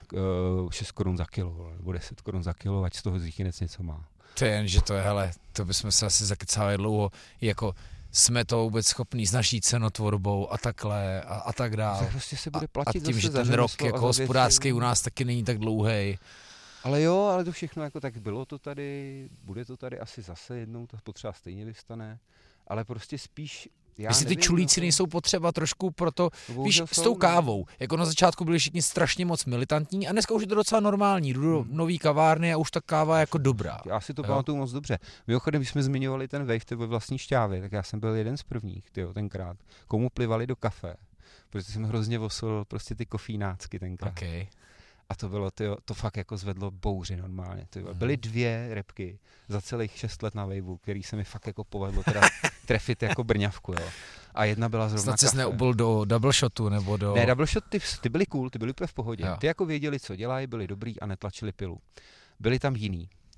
S2: 6 korun za kilo, nebo 10 korun za kilo, ať z toho Zdichynec něco má.
S1: To je jen, že to je, hele, to bychom se asi zakecali dlouho, jako jsme to vůbec schopní s naší cenotvorbou a takhle a tak dále.
S2: Prostě se bude platit
S1: a tím, že ten rok jako hospodářský u nás taky není tak dlouhej.
S2: Ale jo, ale to všechno jako tak bylo to tady, bude to tady asi zase jednou, to potřeba stejně vyvstane, ale prostě spíš
S1: Jestli ty čulíci nejsou potřeba trošku proto, víš, s tou kávou. Jako na začátku byli všichni strašně moc militantní a dneska už je to docela normální. Jdu do nový kavárny a už ta káva je jako dobrá.
S2: Já si to pamatuju moc dobře. Mimochodem, když jsme zmiňovali ten wave ve vlastní Šťávě, tak já jsem byl jeden z prvních, tenkrát. Komu plivali do kafe, protože jsem hrozně vosil prostě ty kofínácky tenkrát.
S1: Okay.
S2: A to bylo, to fakt jako zvedlo bouři normálně. Byly 2 repky za celých 6 let na Waveu, který se mi fakt jako povedlo teda trefit jako brňavku, jo. A jedna byla zrovna
S1: snad jsi neubil do double shotu nebo do...
S2: Ne, double shot, ty byli cool, ty byli úplně v pohodě. Jo. Ty jako věděli, co dělají, byli dobrý a netlačili pilu. Byli tam jiný.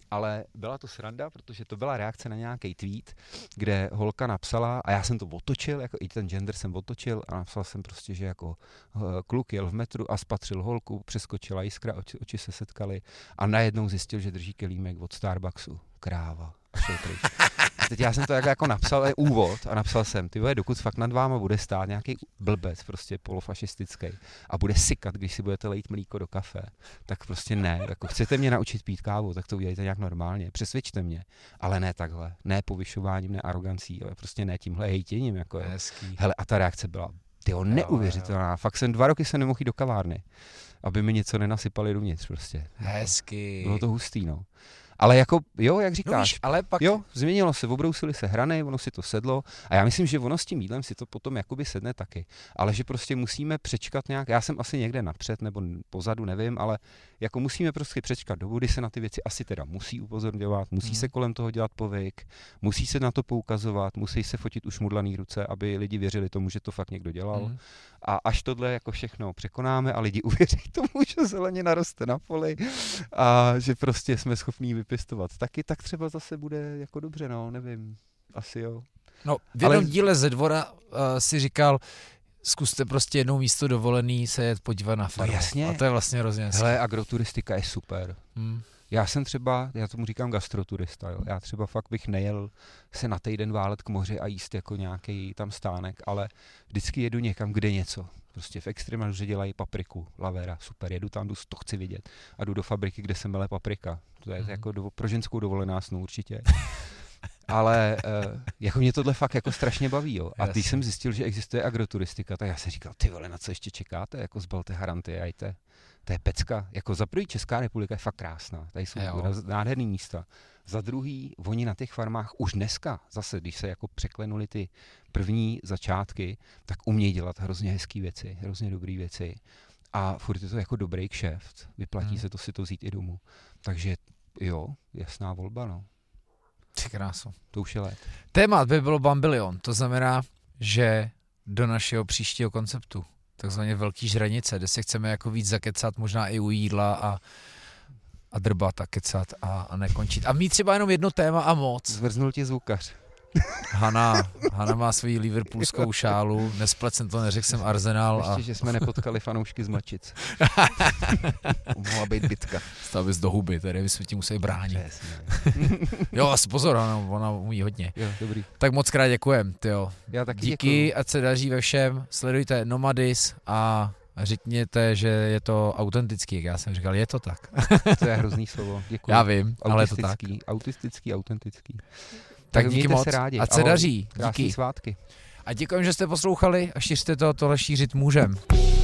S2: ale byla to sranda, protože to byla reakce na nějaký tweet, kde holka napsala, a já jsem to otočil, jako i ten gender jsem otočil a napsal jsem prostě, že jako kluk jel v metru a spatřil holku, přeskočila jiskra, oči se setkaly a najednou zjistil, že drží kelímek od Starbucksu. Kráva. A šel pryč. A teď já jsem to jako napsal úvod a napsal jsem, ty vole, dokud fakt nad váma bude stát nějaký blbec, prostě polofašistický a bude sykat, když si budete lejt mlíko do kafe, tak prostě ne. Jako chcete mě naučit pít kávu, tak to udělejte nějak normálně, přesvědčte mě, ale ne takhle, ne povyšováním, ne arogancí, ale prostě ne tímhle hejtěním. Jako je. Hele, a ta reakce byla neuvěřitelná. Fakt jsem 2 roky se nemohl jít do kavárny, aby mi něco nenasypali dovnitř prostě.
S1: Hezky.
S2: Bylo to hustý, no. Ale jako, jo, jak říkáš,
S1: no víš, ale pak...
S2: jo, změnilo se, obrousily se hrany, ono si to sedlo a já myslím, že ono s tím jídlem si to potom jakoby sedne taky, ale že prostě musíme přečkat nějak, já jsem asi někde napřed nebo pozadu, nevím, ale jako musíme prostě přečkat dobu, kdy se na ty věci asi teda musí upozorňovat, musí se kolem toho dělat povyk, musí se na to poukazovat, musí se fotit ušmudlaný ruce, aby lidi věřili tomu, že to fakt někdo dělal. A až tohle jako všechno překonáme a lidi uvěří tomu, že zelenina roste na poli a že prostě jsme schopní vypěstovat taky, tak třeba zase bude jako dobře, no, nevím, asi jo.
S1: No, v jednom díle ze dvora si říkal, zkuste prostě jednou místo dovolený se jet podívat na farmu.
S2: No jasně.
S1: A to je vlastně hrozně hezké.
S2: Hele, agroturistika je super. Já jsem třeba, já tomu říkám gastroturista, jo. Já třeba fakt bych nejel se na týden válet k moři a jíst jako nějaký tam stánek, ale vždycky jedu někam, kde něco. Prostě v Extremaduře dělají papriku, lavera, super, jedu tam, to chci vidět. A jdu do fabriky, kde se mele paprika. To je jako pro ženskou dovolená snu určitě. Ale jako mě tohle fakt jako strašně baví, jo. A když jsem zjistil, že existuje agroturistika, tak já jsem říkal, ty vole, na co ještě čekáte, jako zbalte haranty, ajte. To je pecka. Jako za prvý Česká republika je fakt krásná. Tady jsou nádherný místa. Za druhý, oni na těch farmách už dneska, zase, když se jako překlenuli ty první začátky, tak umějí dělat hrozně hezký věci, hrozně dobrý věci. A furt je to jako dobrý kšeft. Vyplatí se to si to vzít i domů. Takže jo, jasná volba, no.
S1: Ty krásu.
S2: To už je let.
S1: Témat by bylo bambilion. To znamená, že do našeho příštího konceptu takzvaně velký žranice, kde se chceme jako víc zakecat, možná i u jídla a drbat a kecat a nekončit. A mít třeba jenom jedno téma a moc.
S2: Zvrznul ti zvukař.
S1: Hana má svoji liverpoolskou šálu, nesplet jsem to, neřekl jsem Arsenal.
S2: Ještě, že jsme nepotkali fanoušky z Mlačic. Mohla být bitka.
S1: Stav bys do huby, tady bychom ti museli bránit. Jo, asi pozor, ona umí hodně.
S2: Jo, dobrý.
S1: Tak moc krát děkujem, tyjo.
S2: Já taky
S1: díky,
S2: děkuju.
S1: ať se daří ve všem, sledujte Nomadis a řekněte, že je to autentický, jak já jsem říkal, je to tak.
S2: To je hrozný slovo, děkuji.
S1: Já vím, ale je to tak.
S2: Autistický.
S1: Tak díky moc,
S2: rádi.
S1: ať se daří.
S2: Krásný
S1: Díky.
S2: svátky.
S1: A děkujem, že jste poslouchali a šířte to, tohle šířit můžem.